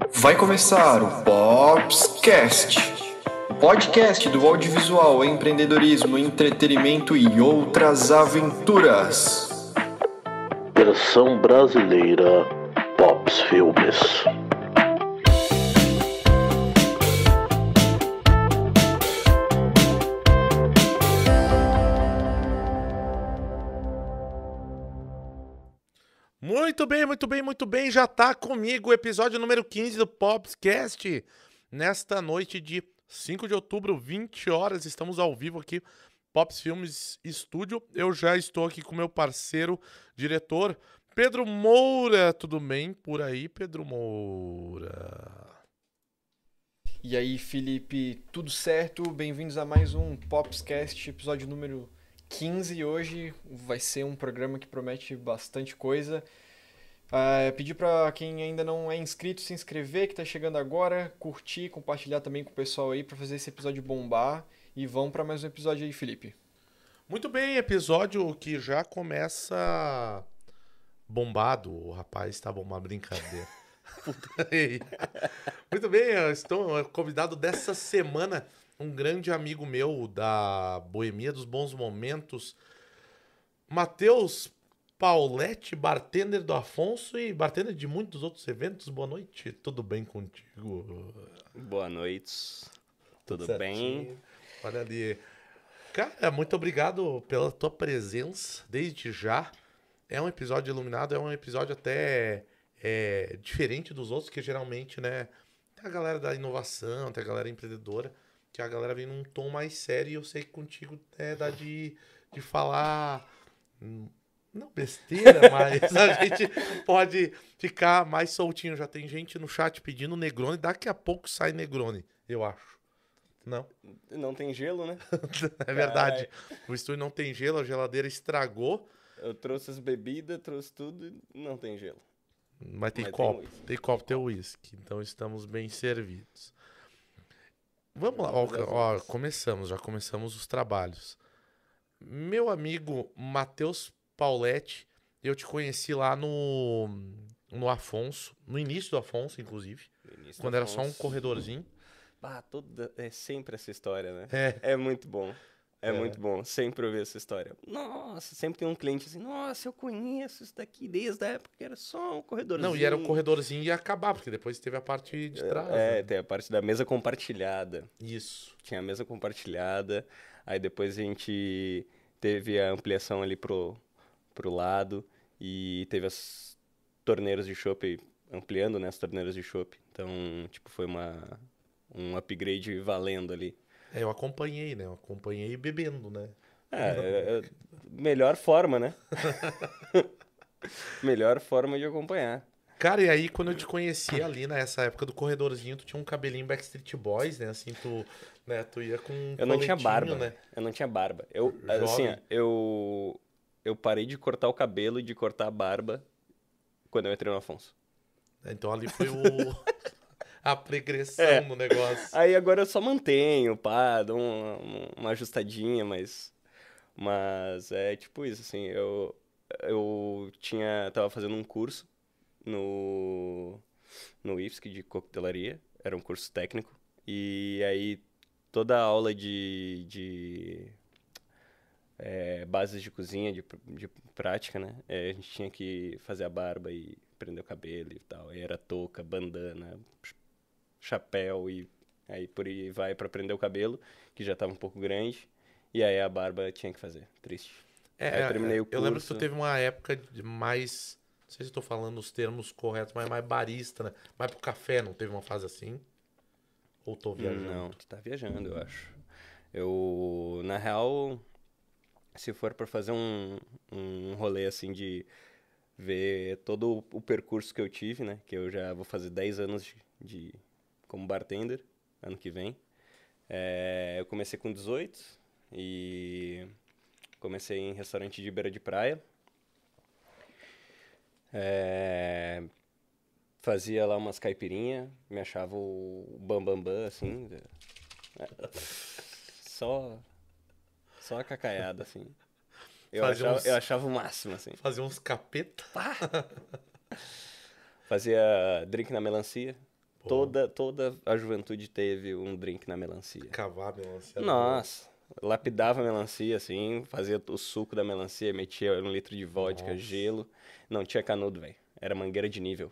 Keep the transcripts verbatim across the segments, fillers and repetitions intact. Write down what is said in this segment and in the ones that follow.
Vai começar o Popscast, o podcast do audiovisual, empreendedorismo, entretenimento e outras aventuras. Versão brasileira Pops Filmes. Muito bem, muito bem, muito bem. Já tá comigo o episódio número quinze do Popscast. Nesta noite de cinco de outubro, vinte horas, estamos ao vivo aqui, Pops Filmes Estúdio. Eu já estou aqui com meu parceiro, diretor, Pedro Moura. Tudo bem por aí, Pedro Moura? E aí, Felipe, tudo certo? Bem-vindos a mais um Popscast, episódio número quinze. Hoje vai ser um programa que promete bastante coisa. Uh, pedir para quem ainda não é inscrito se inscrever, que tá chegando agora, curtir, compartilhar também com o pessoal aí para fazer esse episódio bombar. E vamos para mais um episódio aí, Felipe. Muito bem, episódio que já começa bombado. O rapaz tá bom, uma brincadeira. Muito bem, eu estou convidado dessa semana, um grande amigo meu da Boemia dos Bons Momentos, Matheus Pauletti, bartender do Afonso e bartender de muitos outros eventos. Boa noite, tudo bem contigo? Boa noite, tudo Certinho. bem? Olha ali. Cara, muito obrigado pela tua presença, desde já. É um episódio iluminado, é um episódio até é, diferente dos outros, que geralmente, né, tem a galera da inovação, tem a galera empreendedora, que a galera vem num tom mais sério, e eu sei que contigo é dá de, de falar, não besteira, mas a gente pode ficar mais soltinho. Já tem gente no chat pedindo Negroni, daqui a pouco sai Negroni, eu acho. Não? Não tem gelo, né? É verdade. Carai. O estúdio não tem gelo, a geladeira estragou. Eu trouxe as bebidas, trouxe tudo e não tem gelo. Mas tem Mas copo, tem, tem copo, tem uísque, então estamos bem servidos. Vamos lá, ó, ó, começamos, já começamos os trabalhos. Meu amigo Matheus Pauletti, eu te conheci lá no, no Afonso, no início do Afonso, inclusive, Início quando do era Afonso. só um corredorzinho. Ah, toda, é sempre essa história, né? É. É muito bom. É, É. muito bom sempre ouvir essa história. Nossa, sempre tem um cliente assim, nossa, eu conheço isso daqui desde a época que era só um corredorzinho. Não, e era o corredorzinho e ia acabar, porque depois teve a parte de trás. É, né? tem a parte da mesa compartilhada. Isso. Tinha a mesa compartilhada, aí depois a gente teve a ampliação ali pro, pro lado e teve as torneiras de chopp ampliando, né, as torneiras de chopp. Então, tipo, foi uma, um upgrade valendo ali. É, eu acompanhei, né? Eu acompanhei bebendo, né? É, é, é melhor forma, né? Melhor forma de acompanhar. Cara, e aí quando eu te conheci ali nessa época do corredorzinho, tu tinha um cabelinho Backstreet Boys, né? Assim, tu, né, tu ia com um Eu não tinha coletinho, barba, né? Eu não tinha barba. Eu, Jovem. assim, ó, eu, eu parei de cortar o cabelo e de cortar a barba quando eu entrei no Afonso. Então ali foi o... a pregressão É. no negócio. Aí agora eu só mantenho, pá, dou uma, uma ajustadinha, mas... Mas é tipo isso, assim, eu, eu tinha, tava fazendo um curso no, no I F S C de coquetelaria, era um curso técnico, e aí toda a aula de, de é, bases de cozinha, de, de prática, né, é, a gente tinha que fazer a barba e prender o cabelo e tal, aí era touca, bandana, chapéu e aí por aí vai pra prender o cabelo, que já tava um pouco grande. E aí a barba tinha que fazer. Triste. É, aí eu terminei o curso. Eu lembro que tu teve uma época de mais... Não sei se eu tô falando os termos corretos, mas mais barista, né? Mais pro café, não teve uma fase assim? Ou tô viajando? Não, tu tá viajando, eu acho. Eu, na real, se for pra fazer um, um rolê assim de ver todo o percurso que eu tive, né? Que eu já vou fazer dez anos de, de como bartender, ano que vem. É, eu comecei com dezoito e comecei em restaurante de beira de praia. É, fazia lá umas caipirinhas, me achava o bambambam, bam, bam, assim. Só, só a cacaiada, assim. Eu achava, uns, eu achava o máximo, assim. Fazia uns capeta. Fazia drink na melancia, Toda, toda a juventude teve um drink na melancia. Cavar a melancia. Nossa, lapidava a melancia, assim, fazia o suco da melancia, metia um litro de vodka, Nossa. gelo. Não, tinha canudo, velho. Era mangueira de nível.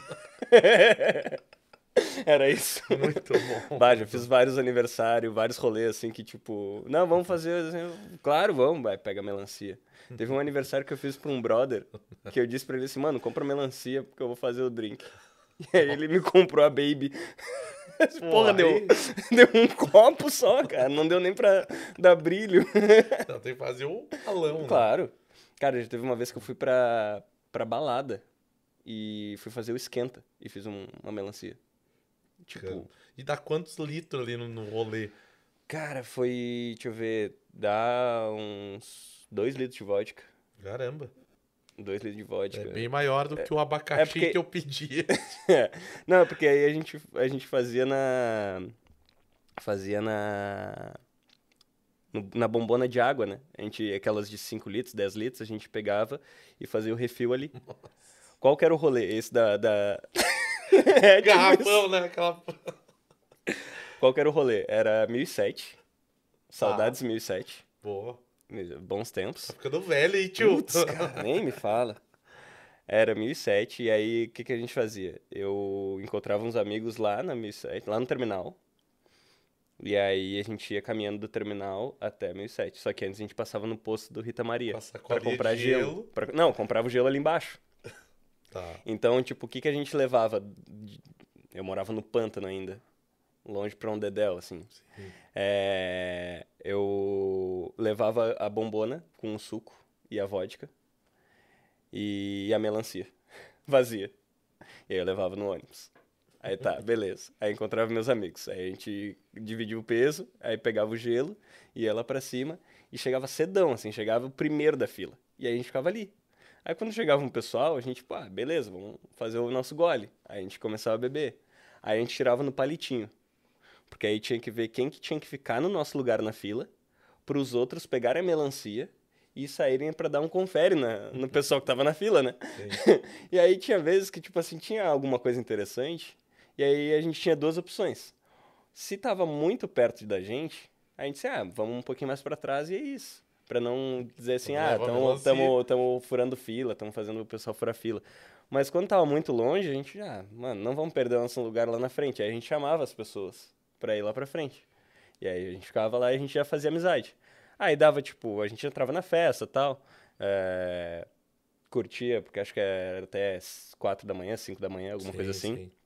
Era isso. Muito bom. Bah, já fiz vários aniversários, vários rolês, assim, que tipo... Não, vamos fazer, assim, claro, vamos, vai, pega a melancia. Teve um aniversário que eu fiz pra um brother, que eu disse pra ele assim, mano, compra melancia, porque eu vou fazer o drink. E aí ele me comprou a Baby. Porra, deu, aí- deu um copo só, cara. Não deu nem pra dar brilho. Não, tem que fazer o balão, né? Claro. Cara, já teve uma vez que eu fui pra, pra balada e fui fazer o esquenta e fiz um- uma melancia. Tipo, E dá quantos litros ali no, no rolê? cara, foi, deixa eu ver, dá uns dois litros de vodka. Caramba. Dois litros de vodka. É bem maior do que o abacaxi é porque- que eu pedi. É. Não, porque aí a gente, a gente fazia na... Fazia na... no- na bombona de água, né? A gente, aquelas de cinco litros, dez litros, a gente pegava e fazia o refil ali. Qual que era o rolê? Esse da... da... É, tipo isso. Garrafão, né? Aquela... Qual que era o rolê? Era mil e sete. Saudades mil e sete. Pô, Bons tempos. tá ficando velho, hein, tio? Putz, cara, nem me fala. Era mil e sete, e aí o que, que a gente fazia? Eu encontrava uns amigos lá na mil e sete, lá no terminal. E aí a gente ia caminhando do terminal até mil e sete. Só que antes a gente passava no posto do Rita Maria Com a pra sacolinha comprar de gelo. gelo. Pra- Não, comprava o gelo ali embaixo. Tá. Então, tipo, o que, que a gente levava? Eu morava no pântano ainda. Longe pra um dedéu, assim. É, eu levava a bombona com o suco e a vodka e a melancia vazia. E aí eu levava no ônibus. Aí tá, beleza. Aí encontrava meus amigos. Aí a gente dividia o peso, aí pegava o gelo, ia lá pra cima e chegava cedão, assim, chegava o primeiro da fila. E aí a gente ficava ali. Aí quando chegava um pessoal, a gente, pá, beleza, vamos fazer o nosso gole. Aí a gente começava a beber. Aí a gente tirava no palitinho. Porque aí tinha que ver quem que tinha que ficar no nosso lugar na fila, para os outros pegarem a melancia e saírem para dar um confere na, no pessoal que tava na fila, né? E aí tinha vezes que, tipo assim, tinha alguma coisa interessante, e aí a gente tinha duas opções. Se tava muito perto da gente, a gente disse, ah, vamos um pouquinho mais para trás e é isso. Pra não dizer assim, ah, Leva a tamo, melancia. tamo, tamo furando fila, tamo fazendo o pessoal furar fila. Mas quando tava muito longe, a gente, ah, mano, não vamos perder o nosso lugar lá na frente. Aí a gente chamava as pessoas pra ir lá pra frente. E aí a gente ficava lá e a gente já fazia amizade. Aí dava, tipo, a gente entrava na festa e tal, é, curtia, porque acho que era até quatro da manhã, cinco da manhã, alguma Sim, coisa assim. sim.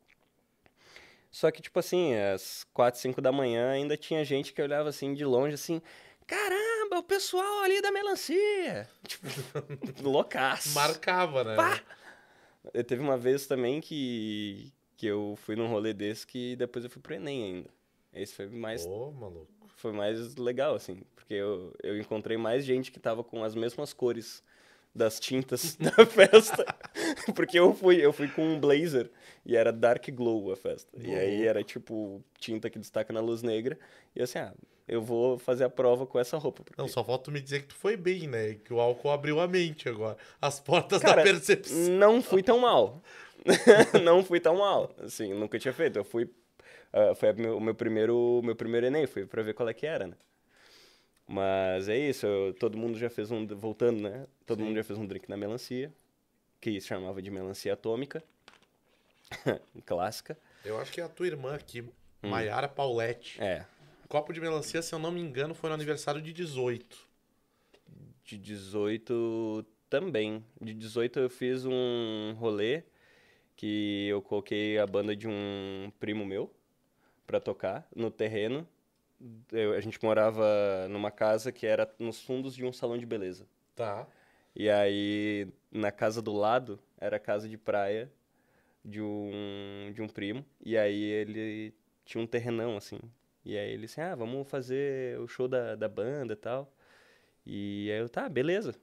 Só que, tipo assim, às quatro, cinco da manhã ainda tinha gente que olhava assim de longe, assim, caramba, o pessoal ali da melancia. Tipo, loucaço. Marcava, né? Pá! Eu teve uma vez também que, que eu fui num rolê desse que depois eu fui pro Enem ainda. Esse foi mais, Pô, maluco. foi mais legal, assim, porque eu, eu encontrei mais gente que tava com as mesmas cores das tintas da festa. Porque eu fui, eu fui com um blazer e era dark glow a festa. E aí era tipo tinta que destaca na luz negra. E assim, ah, eu vou fazer a prova com essa roupa. Porque... Não, só falta tu me dizer que tu foi bem, né? Que o álcool abriu a mente agora. As portas Cara, da percepção. não fui tão mal. Não fui tão mal. Assim, nunca tinha feito. Eu fui. ah, foi o meu, o meu primeiro, meu primeiro Enem, fui pra ver qual é que era, né? Mas é isso, eu- todo mundo já fez um. Voltando, né? Todo mundo já fez um drink na melancia, que se chamava de melancia atômica. Clássica. Eu acho que é a tua irmã aqui, Maiara Paulette. É. Copo de melancia, se eu não me engano, foi no aniversário de dezoito. De dezoito também. De dezoito eu fiz um rolê que eu coloquei a banda de um primo meu pra tocar no terreno. Eu- a gente morava numa casa que era nos fundos de um salão de beleza. Tá. E aí, na casa do lado, era a casa de praia de um, de um primo. E aí ele tinha um terrenão, assim. E aí ele disse, ah, vamos fazer o show da, da banda e tal. E aí eu, tá, beleza.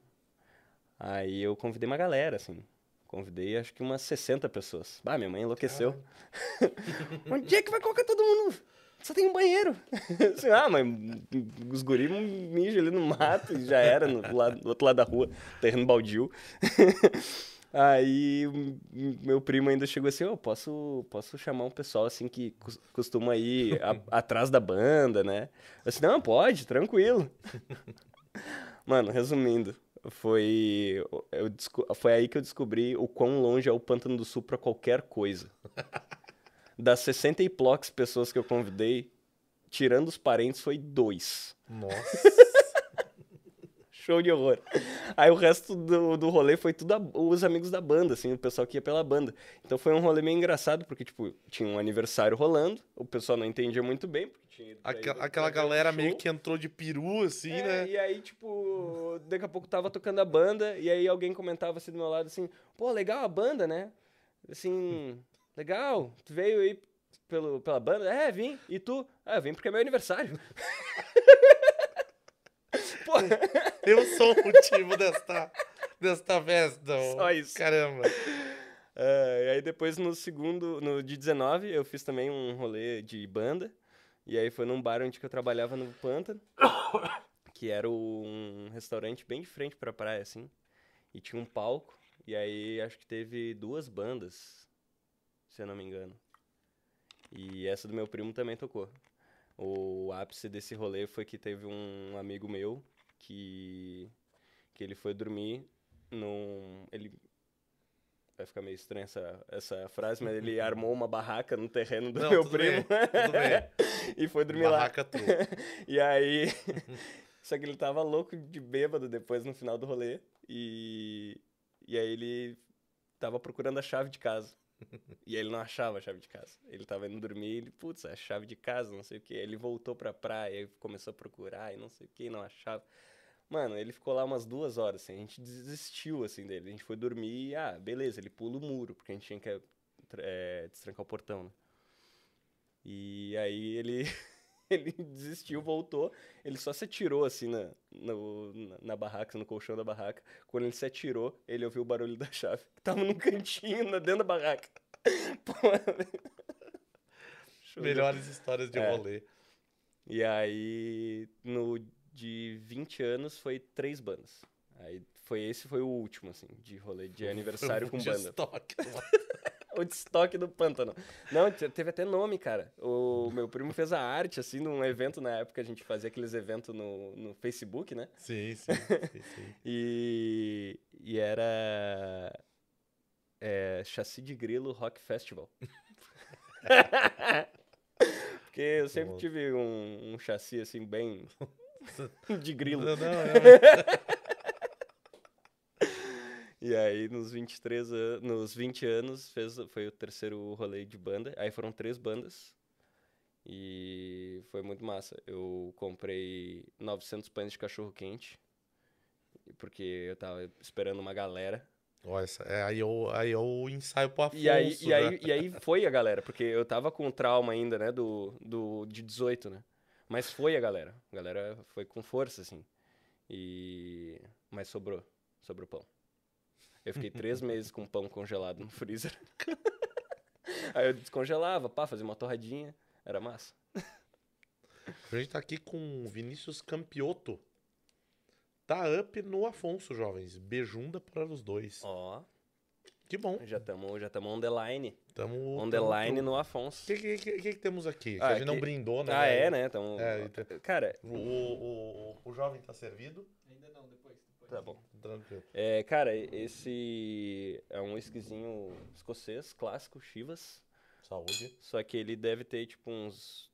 Aí eu convidei uma galera, assim. Convidei acho que umas sessenta pessoas. Ah, minha mãe enlouqueceu. Onde é que vai colocar todo mundo? Só tem um banheiro. Assim, ah, mas os guris mijam ali no mato e já era, no lado- do outro lado da rua, terreno baldio. Aí m- m- meu primo ainda chegou assim, ô, posso, posso chamar um pessoal assim que cos- costuma ir a- atrás da banda, né? Eu disse, não, pode, tranquilo. Mano, resumindo, foi, eu desco- foi aí que eu descobri o quão longe é o Pântano do Sul pra qualquer coisa. Das sessenta e plox pessoas que eu convidei, tirando os parentes, foi dois. Nossa. Show de horror. Aí o resto do, do rolê foi tudo a- os amigos da banda, assim, o pessoal que ia pela banda. Então foi um rolê meio engraçado, porque, tipo, tinha um aniversário rolando, o pessoal não entendia muito bem, porque tinha ido pra Aquela, ir- aquela pra ver um galera show. meio que entrou de peru, assim, É, né? e aí, tipo, daqui a pouco tava tocando a banda, e aí alguém comentava assim do meu lado, assim, pô, legal a banda, né? Assim, legal, tu veio aí pelo, pela banda? É, vim. E tu? Ah, eu vim porque é meu aniversário. Pô, Eu sou o motivo desta, desta festa. ô. Só isso. Caramba. é, e aí depois no segundo, no de dezenove, eu fiz também um rolê de banda, e aí foi num bar onde que eu trabalhava no Pântano, que era um restaurante bem de frente pra praia, assim, e tinha um palco, e aí acho que teve duas bandas, se eu não me engano. E essa do meu primo também tocou. O ápice desse rolê foi que teve um amigo meu que, que ele foi dormir num... Ele, vai ficar meio estranha essa, essa frase, mas ele armou uma barraca no terreno do Não, meu tudo primo. bem, tudo bem. E foi dormir Barraca lá. true. E aí... Só que ele tava louco de bêbado depois no final do rolê. E, e aí ele tava procurando a chave de casa. E ele não achava a chave de casa. Ele tava indo dormir e ele, putz, a chave de casa, não sei o quê. Aí ele voltou pra praia e começou a procurar e não sei o quê, e não achava. Mano, ele ficou lá umas duas horas, assim, a gente desistiu, assim, dele. A gente foi dormir e, ah, beleza, ele pula o muro, porque a gente tinha que é, destrancar o portão, né? E aí ele, ele desistiu, voltou, ele só se atirou, assim, na, no, na, na barraca, no colchão da barraca. Quando ele se atirou, ele ouviu o barulho da chave, que tava num cantinho, na- dentro da barraca. Pô, show de- Melhores histórias de É. rolê. E aí, no de vinte anos, foi três bandas. Aí, foi esse foi o último, assim, de rolê de aniversário Foi com um banda. estoque. O estoque do Pântano. Não, te- teve até nome, cara. O meu primo fez a arte, assim, num evento na época, a gente fazia aqueles eventos no, no Facebook, né? Sim, sim, sim, sim. E, e era... É, Chassi de Grilo Rock Festival. Porque eu sempre Nossa. tive um, um chassi, assim, bem... de grilo. Não, não, é- E aí, nos vinte e três anos, nos vinte anos, fez, foi o terceiro rolê de banda. Aí foram três bandas. E foi muito massa. Eu comprei novecentos pães de cachorro-quente. Porque eu tava esperando uma galera. Ó, essa- é, aí, eu, aí eu ensaio pro Afonso. E aí, e, já. aí, e aí foi a galera. Porque eu tava com trauma ainda, né? Do, do, de dezoito, né? Mas foi a galera. A galera foi com força, assim. E... Mas sobrou. Sobrou pão. Eu fiquei três meses com pão congelado no freezer. Aí eu descongelava, pá, fazia uma torradinha. Era massa. A gente tá aqui com o Vinícius Campioto. Tá up no Afonso, jovens. Beijunda para os dois. Ó, Que bom. já estamos já tamo on the line. Tamo, On the tamo line pro- no Afonso. O que, que, que, que que temos aqui? Que Ah, a gente não aqui- brindou, né? Ah, é, né? Então, É, então- cara, O, o, o, o jovem tá servido? Ainda não, depois. depois. tá bom. Tranquilo. É, cara, esse é um whiskyzinho escocês, clássico, Chivas. Saúde. Só que ele deve ter, tipo, uns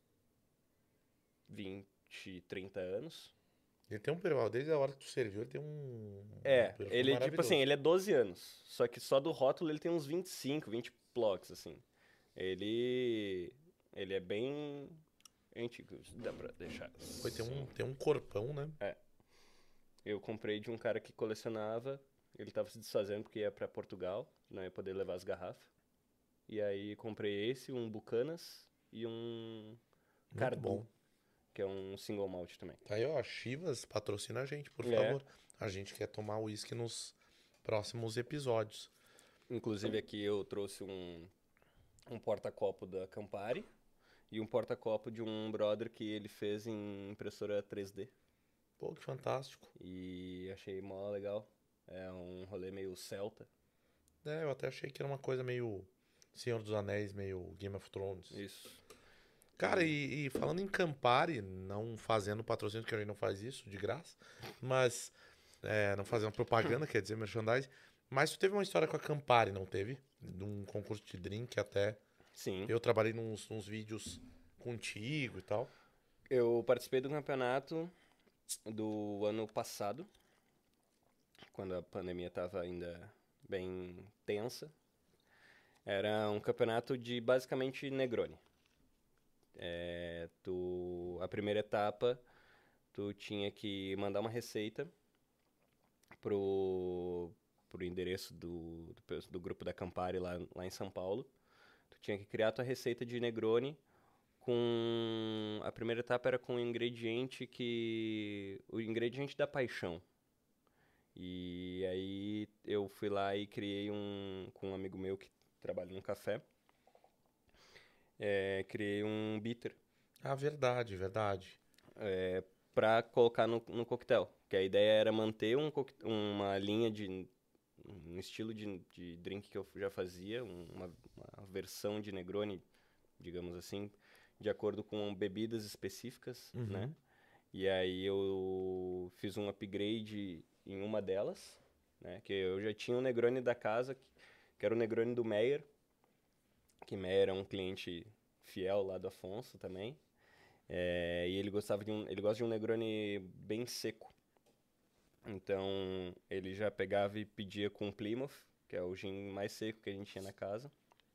vinte, trinta anos. Ele tem um perfil, desde a hora que tu serviu, ele tem um. É, um perfil ele, tipo maravilhoso. assim, ele é doze anos. Só que só do rótulo ele tem uns vinte e cinco, vinte blocos, assim. Ele. Ele é bem antigo, dá pra deixar. Foi, tem, um, tem um corpão, né? Eu comprei de um cara que colecionava. Ele tava se desfazendo porque ia pra Portugal, não ia poder levar as garrafas. E aí comprei esse, um Bucanas e um Muito Cardu, bom. que é um single malt também. Tá aí, ó, Chivas, patrocina a gente, por É. favor. A gente quer tomar uísque nos próximos episódios. Inclusive aqui eu trouxe um, um porta-copo da Campari e um porta-copo de um brother que ele fez em impressora três D. Pô, que fantástico. E achei mó legal. É um rolê meio celta. É, eu até achei que era uma coisa meio Senhor dos Anéis, meio Game of Thrones. Isso. Cara, e, e falando em Campari, não fazendo patrocínio, que a gente não faz isso de graça, mas é, não fazendo propaganda, quer dizer, merchandising. Mas tu teve uma história com a Campari, não teve? De um concurso de drink até. Sim. Eu trabalhei nos, nos vídeos contigo e tal. Eu participei do campeonato do ano passado, quando a pandemia estava ainda bem tensa. Era um campeonato de basicamente Negroni. É, tu, a primeira etapa, tu tinha que mandar uma receita pro, pro endereço do, do, do grupo da Campari lá, lá em São Paulo. Tu tinha que criar tua receita de Negroni com... A primeira etapa era com um ingrediente que... O ingrediente da paixão. E aí eu fui lá e criei um... Com um amigo meu que trabalha num café. É, criei um bitter. Ah, verdade, verdade. É, pra colocar no, no coquetel. Que a ideia era manter um, coque- uma linha de... Um estilo de, de drink que eu já fazia. um- Uma, uma versão de Negroni, digamos assim, de acordo com bebidas específicas, Uhum. né? E aí eu fiz um upgrade em uma delas, né? Que eu já tinha um Negroni da casa, que, que era o Negroni do Meyer, que Meyer é um cliente fiel lá do Afonso também. É, e ele gostava de um, ele gosta de um Negroni bem seco. Então ele já pegava e pedia com Plymouth, que é o gin mais seco que a gente tinha na casa.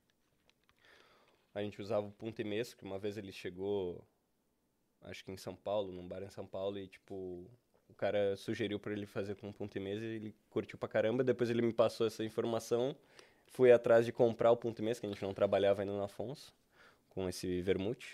A gente usava o Punta Mesco, que uma vez ele chegou, acho que em São Paulo, num bar em São Paulo, e tipo, o cara sugeriu pra ele fazer com Punta Mesco e ele curtiu pra caramba. Depois ele me passou essa informação, fui atrás de comprar o Punta Mesco, que a gente não trabalhava ainda no Afonso, com esse vermute.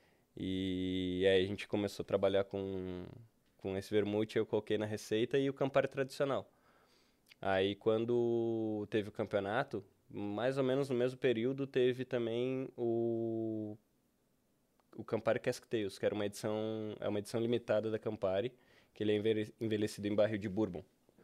E aí a gente começou a trabalhar com, com esse vermute, eu coloquei na receita e o Campari tradicional. Aí quando teve o campeonato, mais ou menos no mesmo período, teve também o, o Campari Cask Tales, que era uma edição, é uma edição limitada da Campari, que ele é envelhe- envelhecido em barril de bourbon.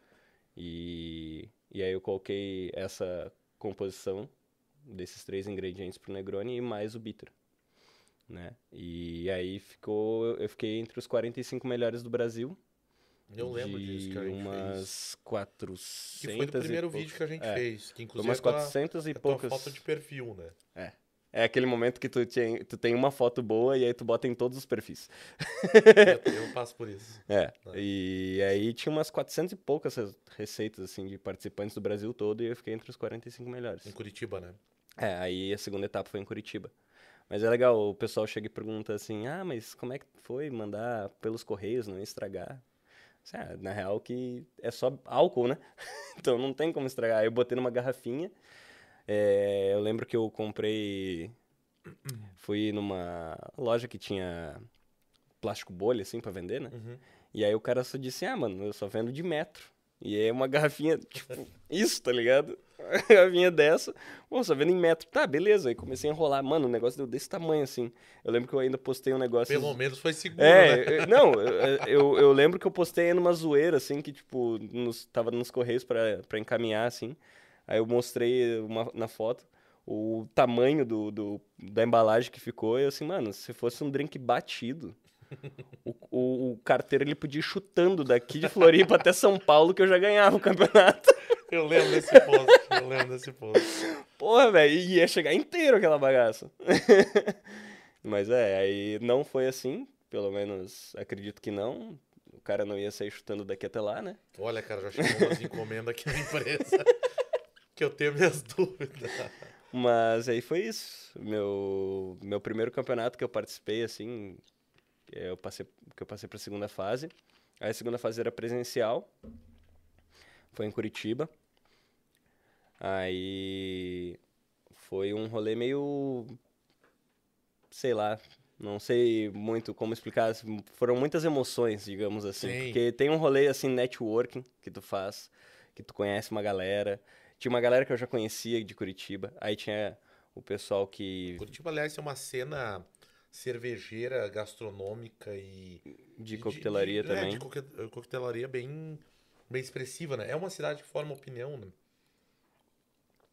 E, e aí eu coloquei essa composição desses três ingredientes pro Negroni e mais o bitter, né? E aí ficou, eu fiquei entre os quarenta e cinco melhores do Brasil. Eu lembro disso que a de gente fez. umas quatrocentas Que foi do primeiro e poucos. vídeo que a gente É, fez. Que foi inclusive umas é tua, quatrocentas e é tua poucas. foto de perfil, né? É. É aquele momento que tu tem, tu tem uma foto boa e aí tu bota em todos os perfis. Eu, eu passo por isso. É. E aí tinha umas quatrocentas e poucas re- receitas, assim, de participantes do Brasil todo e eu fiquei entre os quarenta e cinco melhores. Em Curitiba, né? É, aí a segunda etapa foi em Curitiba. Mas é legal, o pessoal chega e pergunta assim, ah, mas como é que foi mandar pelos correios, não ia estragar? Assim, ah, na real que é só álcool, né? Então não tem como estragar. Aí eu botei numa garrafinha. É, eu lembro que eu comprei... Fui numa loja que tinha plástico bolha, assim, pra vender, né? Uhum. E aí o cara só disse, ah, mano, eu só vendo de metro. E aí uma garrafinha, tipo, isso, tá ligado? Uma garrafinha dessa, pô, só vendo em metro. Tá, beleza. Aí comecei a enrolar. Mano, o negócio deu desse tamanho, assim. Eu lembro que eu ainda postei um negócio... Pelo menos foi seguro, É, né? eu- não, eu, eu, eu lembro que eu postei numa zoeira, assim, que, tipo, nos, tava nos correios pra, pra encaminhar, assim. Aí eu mostrei uma, na foto o tamanho do, do, da embalagem que ficou. E eu assim, mano, se fosse um drink batido, o, o, o carteiro ele podia ir chutando daqui de Floripa até São Paulo que eu já ganhava o campeonato. Eu lembro desse post, eu lembro desse post. Porra, velho, e ia chegar inteiro aquela bagaça. Mas é, aí não foi assim, pelo menos acredito que não. O cara não ia sair chutando daqui até lá, né? Olha, cara, já chegou umas encomendas aqui na empresa que eu tenho minhas dúvidas. Mas aí foi isso. Meu, meu primeiro campeonato que eu participei, assim, eu passei, que eu passei pra segunda fase. Aí a segunda fase era presencial. Foi em Curitiba. Aí foi um rolê meio... Sei lá, não sei muito como explicar. Foram muitas emoções, digamos assim. Sim. Porque tem um rolê, assim, networking que tu faz, que tu conhece uma galera. Tinha uma galera que eu já conhecia de Curitiba. Aí tinha o pessoal que... Curitiba, aliás, é uma cena cervejeira, gastronômica e... De coquetelaria de- também. É, de coque- coquetelaria bem, bem expressiva, né? É uma cidade que forma opinião, né?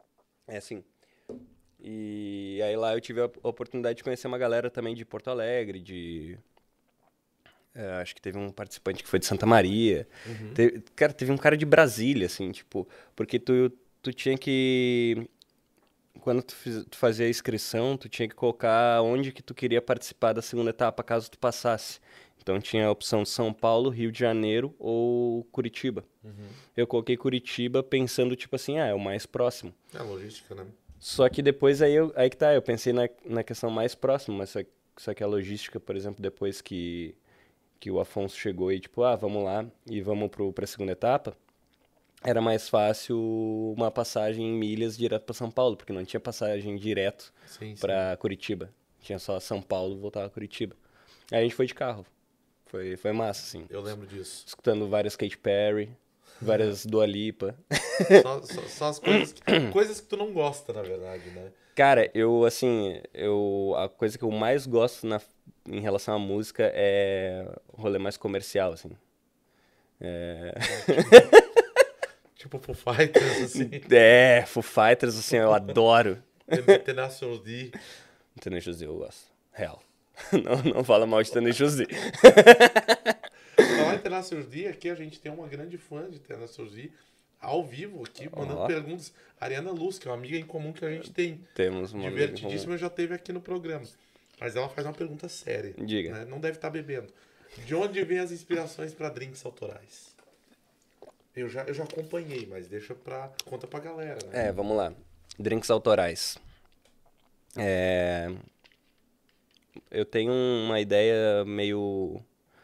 É assim. E aí lá eu tive a oportunidade de conhecer uma galera também de Porto Alegre, de... É, acho que teve um participante que foi de Santa Maria. Uhum. Teve, cara, teve um cara de Brasília, assim, tipo... Porque tu, tu tinha que... Quando tu, fiz, tu fazia a inscrição, tu tinha que colocar onde que tu queria participar da segunda etapa, caso tu passasse. Então tinha a opção de São Paulo, Rio de Janeiro ou Curitiba. Uhum. Eu coloquei Curitiba pensando, tipo assim, ah, é o mais próximo. É a logística, né? Só que depois aí, eu, aí que tá, eu pensei na, na questão mais próxima, mas só, só que a logística, por exemplo, depois que, que o Afonso chegou e tipo, ah, vamos lá e vamos pro, pra segunda etapa, era mais fácil uma passagem em milhas direto pra São Paulo, porque não tinha passagem direto Sim, sim. pra Curitiba. Tinha só São Paulo, voltava a Curitiba. Aí a gente foi de carro. Foi, foi massa, assim. Eu lembro disso. Escutando várias Katy Perry, várias Dua Lipa. Só, só, só as coisas que, coisas que tu não gosta, na verdade, né? Cara, eu, assim, eu, a coisa que eu mais gosto na, em relação à música é o rolê mais comercial, assim. É... Tipo Foo Fighters, assim. é, Foo Fighters, assim, eu adoro. Tenacious D. Tenacious D eu gosto, real. Não, não fala mal de Tenacious D. Falar em Tenacious D, aqui a gente tem uma grande fã de Tenacious D ao vivo aqui, mandando Ó. perguntas. Ariana Luz, que é uma amiga em comum que a gente tem. Temos uma amiga em Divertidíssima, já teve aqui no programa. Mas ela faz uma pergunta séria. Diga. Né? Não deve estar bebendo. De onde vêm as inspirações para drinks autorais? Eu já, eu já acompanhei, mas deixa pra... Conta pra galera, né? É, vamos lá. Drinks autorais. É... Eu tenho uma ideia meio...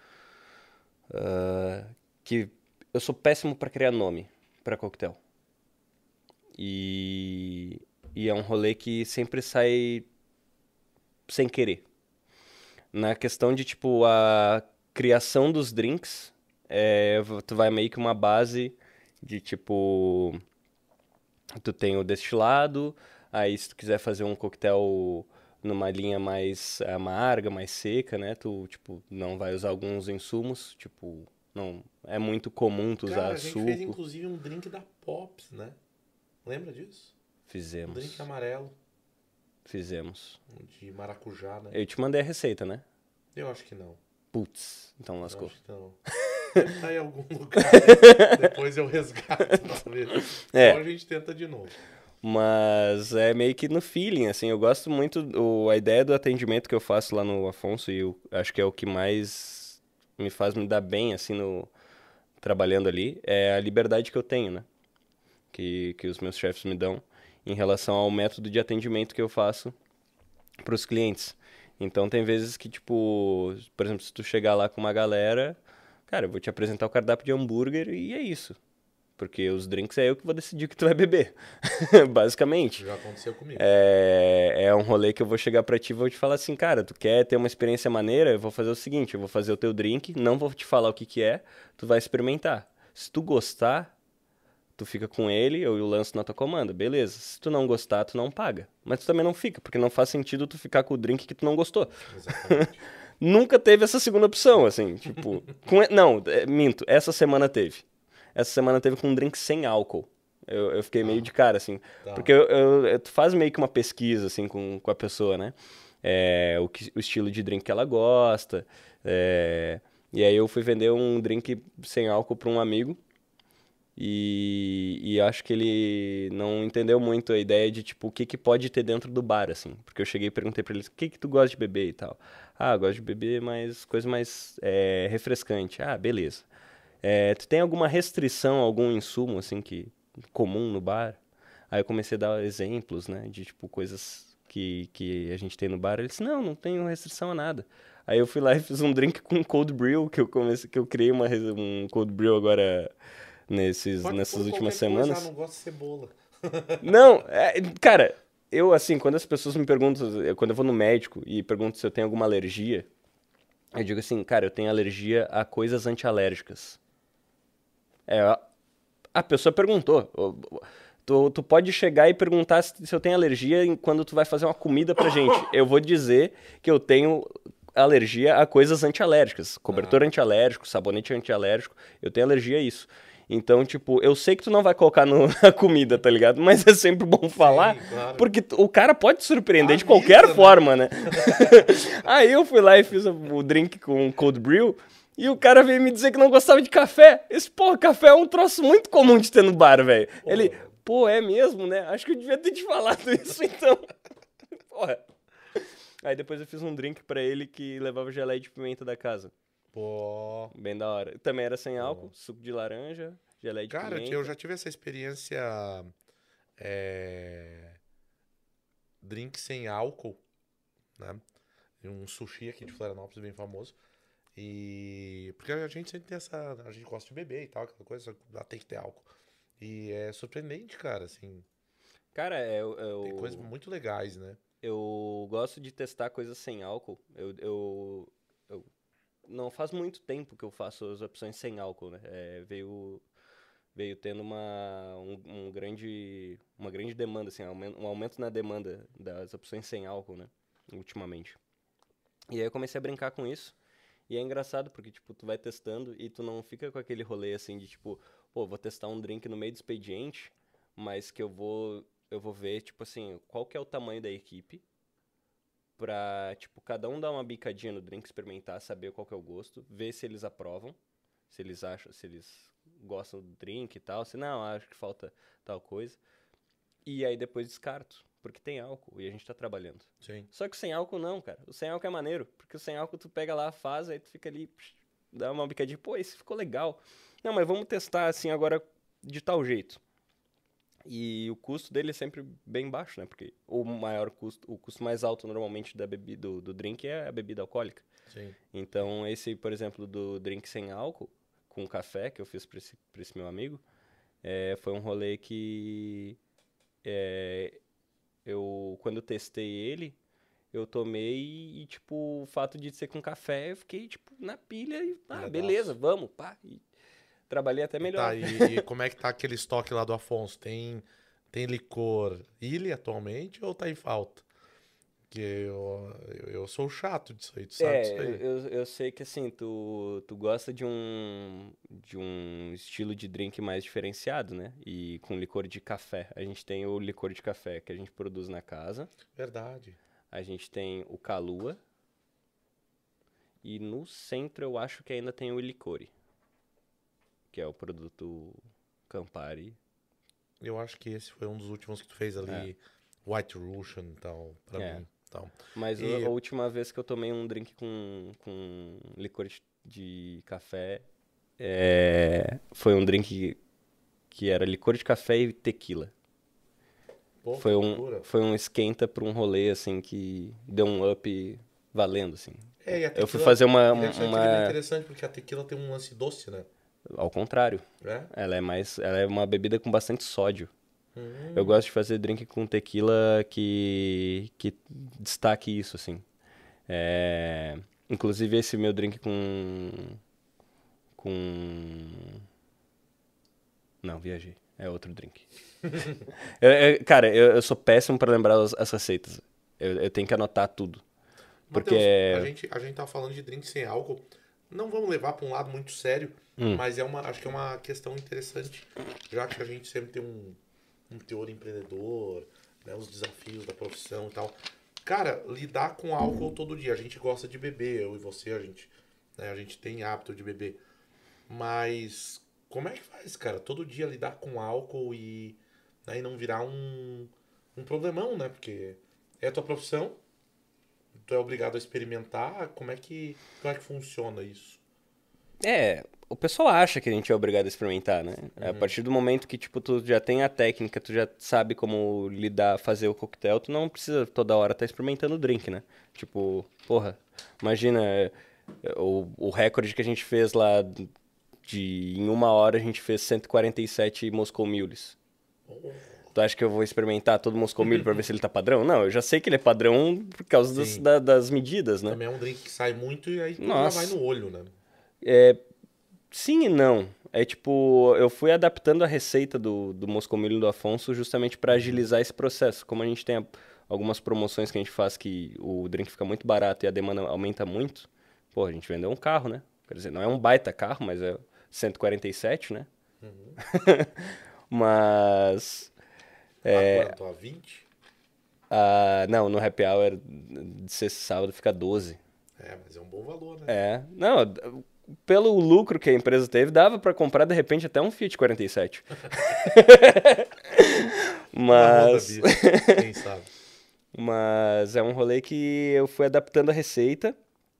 ah, que eu sou péssimo pra criar nome pra coquetel. E... e é um rolê que sempre sai sem querer. Na questão de, tipo, a criação dos drinks, é, tu vai meio que uma base de, tipo... Tu tem o destilado, aí se tu quiser fazer um coquetel numa linha mais amarga, mais seca, né? Tu, tipo, não vai usar alguns insumos, tipo... Não, é muito comum tu usar Cara, a gente suco. fez inclusive um drink da Pops, né? Lembra disso? Um Fizemos, drink amarelo, fizemos. de maracujá, né? Eu te mandei a receita, né? Eu acho que não. Putz, então Eu lascou. acho que não. Deve tá em algum lugar. Depois eu resgato pra ver. É. Então a gente tenta de novo. Mas é meio que no feeling, assim, eu gosto muito, o, a ideia do atendimento que eu faço lá no Afonso, e eu acho que é o que mais me faz me dar bem, assim, no, trabalhando ali, é a liberdade que eu tenho, né? Que, que os meus chefes me dão em relação ao método de atendimento que eu faço para os clientes. Então tem vezes que, tipo, por exemplo, se tu chegar lá com uma galera, cara, eu vou te apresentar o cardápio de hambúrguer e é isso. Porque os drinks é eu que vou decidir o que tu vai beber, basicamente. Já aconteceu comigo. É, é um rolê que eu vou chegar pra ti e vou te falar assim, cara, tu quer ter uma experiência maneira? Eu vou fazer o seguinte, eu vou fazer o teu drink, não vou te falar o que que é, tu vai experimentar. Se tu gostar, tu fica com ele, eu lanço na tua comanda, beleza. Se tu não gostar, tu não paga. Mas tu também não fica, porque não faz sentido tu ficar com o drink que tu não gostou. Exatamente. Nunca teve essa segunda opção, assim, tipo... com, não, é, minto, essa semana teve. Essa semana teve com um drink sem álcool. Eu, eu fiquei meio de cara, assim. Tá. Porque eu, eu, eu- tu faz meio que uma pesquisa, assim, com, com a pessoa, né? É, o, que- o estilo de drink que ela gosta. é, E aí eu fui vender um drink sem álcool para um amigo. E, e acho que ele não entendeu muito a ideia de, tipo, o que que pode ter dentro do bar, assim. Porque eu cheguei e perguntei pra ele, o que que tu gosta de beber e tal? Ah, eu gosto de beber mais, coisa mais é, refrescante. Ah, beleza. É, tu tem alguma restrição, algum insumo, assim, que comum no bar? Aí eu comecei a dar exemplos, né, de, tipo, coisas que, que a gente tem no bar. Ele disse, não, não tenho restrição a nada. Aí eu fui lá e fiz um drink com cold brew, que eu comecei, que eu criei uma, res- um cold brew agora nesses, Pode nessas pôr últimas qualquer coisa, semanas. ah, não gosto de cebola. Não, é, cara, eu assim, quando as pessoas me perguntam, eu- quando eu vou no médico e pergunto se eu tenho alguma alergia, eu digo assim, cara, eu tenho alergia a coisas antialérgicas. É, a, a pessoa perguntou. o- o- Tu, tu pode chegar e perguntar se, se eu tenho alergia em- quando tu vai fazer uma comida pra gente. Eu vou dizer que eu tenho alergia a coisas antialérgicas. Cobertor antialérgico, sabonete antialérgico. Eu tenho alergia a isso. Então, tipo, eu sei que tu não vai colocar no, na comida, tá ligado? Mas é sempre bom falar, Sim, claro. porque t- o cara pode te surpreender de Avisa, qualquer né? forma, né? Aí eu fui lá e fiz o, o drink com cold brew, e o cara veio me dizer que não gostava de café. Esse, porra, café é um troço muito comum de ter no bar, velho. Ele, pô, é mesmo, né? Acho que eu devia ter te falado isso, então. Porra. Aí depois eu fiz um drink pra ele que levava geleia de pimenta da casa. Pô. Bem da hora. Também era sem álcool, suco de laranja, geleia de Cara, pimenta. eu já tive essa experiência. É... Drink sem álcool, né? Um sushi aqui de Florianópolis, bem famoso. E. Porque a gente sempre tem essa. A gente gosta de beber e tal, aquela coisa, só tem que ter álcool. E é surpreendente, cara, assim. Cara, é, eu, eu, Tem coisas muito legais, né? eu gosto de testar coisas sem álcool. Eu, eu, eu- não faz muito tempo que eu faço as opções sem álcool, né? É, veio, veio tendo uma, um, um grande, uma grande demanda, assim, aumen- um aumento na demanda das opções sem álcool, né? Ultimamente. E aí eu comecei a brincar com isso. E é engraçado porque, tipo, tu vai testando e tu não fica com aquele rolê, assim, de, tipo, pô, vou testar um drink no meio do expediente, mas que eu vou, eu vou ver, tipo assim, qual que é o tamanho da equipe pra, tipo, cada um dar uma bicadinha no drink, experimentar, saber qual que é o gosto, ver se eles aprovam, se eles acham, se eles gostam do drink e tal, se não, acho que falta tal coisa. E aí depois descarto, porque tem álcool e a gente tá trabalhando. Sim. Só que o sem álcool não, cara. O sem álcool é maneiro, porque o sem álcool tu pega lá, faz, aí tu fica ali, psh, dá uma bicadinha, pô, esse ficou legal. Não, mas vamos testar assim agora de tal jeito. E o custo dele é sempre bem baixo, né? Porque o maior custo, o custo mais alto normalmente da bebida, do, do drink é a bebida alcoólica. Sim. Então, esse, por exemplo, do drink sem álcool, com café, que eu fiz pra esse, pra esse meu amigo, é, foi um rolê que é, eu, quando eu testei ele, eu tomei e, tipo, o fato de ser com café, eu fiquei, tipo, na pilha e, ah, Pilhadaço. beleza, vamos, pá. E trabalhei até melhor. Tá, e, e como é que tá aquele estoque lá do Afonso? Tem, tem licor Ilha atualmente ou tá em falta? Porque eu, eu, eu sou chato disso aí, tu sabe É, disso aí. eu, eu sei que assim, tu, tu gosta de um, de um estilo de drink mais diferenciado, né? E com licor de café. A gente tem o licor de café que a gente produz na casa. Verdade. A gente tem o Calua. E no centro eu acho que ainda tem o Licore, que é o produto Campari. Eu acho que esse foi um dos últimos que tu fez ali, White Russian e tal, pra É. mim. Tal. Mas E- a, a última vez que eu tomei um drink com, com licor de, de café é, foi um drink que, que era licor de café e tequila. Pô, Foi que um, loucura. foi um esquenta pra um rolê, assim, que deu um up valendo, assim. É, e a Eu fui tequila- fazer uma- e deve ser um uma- equilíbrio interessante, porque a tequila tem um lance doce, né? Ao contrário, É? ela é mais, ela é uma bebida com bastante sódio. Hum. Eu gosto de fazer drink com tequila que, que destaque isso, assim. É, inclusive esse meu drink com... com... Não, viajei. É outro drink. Eu- eu- cara, eu, eu sou péssimo pra lembrar as, as receitas. Eu, eu tenho que anotar tudo. Porque... Matheus, a gente, a gente tá falando de drink sem álcool. Não vamos levar pra um lado muito sério, Hum. mas é uma, acho que é uma questão interessante, já que a gente sempre tem um, um teor empreendedor, né, os desafios da profissão e tal. Cara, lidar com álcool todo dia. A gente gosta de beber, eu e você, a gente, né, a gente tem hábito de beber. Mas como é que faz, cara? Todo dia lidar com álcool e, né, e não virar um, um problemão, né? Porque é a tua profissão, tu é obrigado a experimentar. Como é que, como é que funciona isso? É, o pessoal acha que a gente é obrigado a experimentar, né? A partir do momento que, tipo, tu já tem a técnica, tu já sabe como lidar, fazer o coquetel, tu não precisa toda hora estar experimentando o drink, né? Tipo, porra, imagina é, o, o recorde que a gente fez lá de... Em uma hora a gente fez cento e quarenta e sete Moscow Mules. Tu acha que eu vou experimentar todo o Moscow Mule pra ver se ele tá padrão? Não, eu já sei que ele é padrão por causa das, Sim. da- das medidas, né? Também é um drink que sai muito e aí tudo já Nossa. vai no olho, né? É, sim e não. É tipo, eu fui adaptando a receita do, do Moscow Mule do Afonso justamente pra agilizar esse processo. Como a gente tem a- algumas promoções que a gente faz que o drink fica muito barato e a demanda aumenta muito, pô, a gente vendeu um carro, né? Quer dizer, não é um baita carro, mas é cento e quarenta e sete, né? Uhum. Mas... É... A quanto? A vinte? Ah, não, no happy hour de sexta e sábado fica doze. É, mas é um bom valor, né? É, não, pelo lucro que a empresa teve, dava pra comprar de repente até um Fiat quarenta e sete. Uma Honda Mas, Bis, quem sabe? mas é um rolê que eu fui adaptando a receita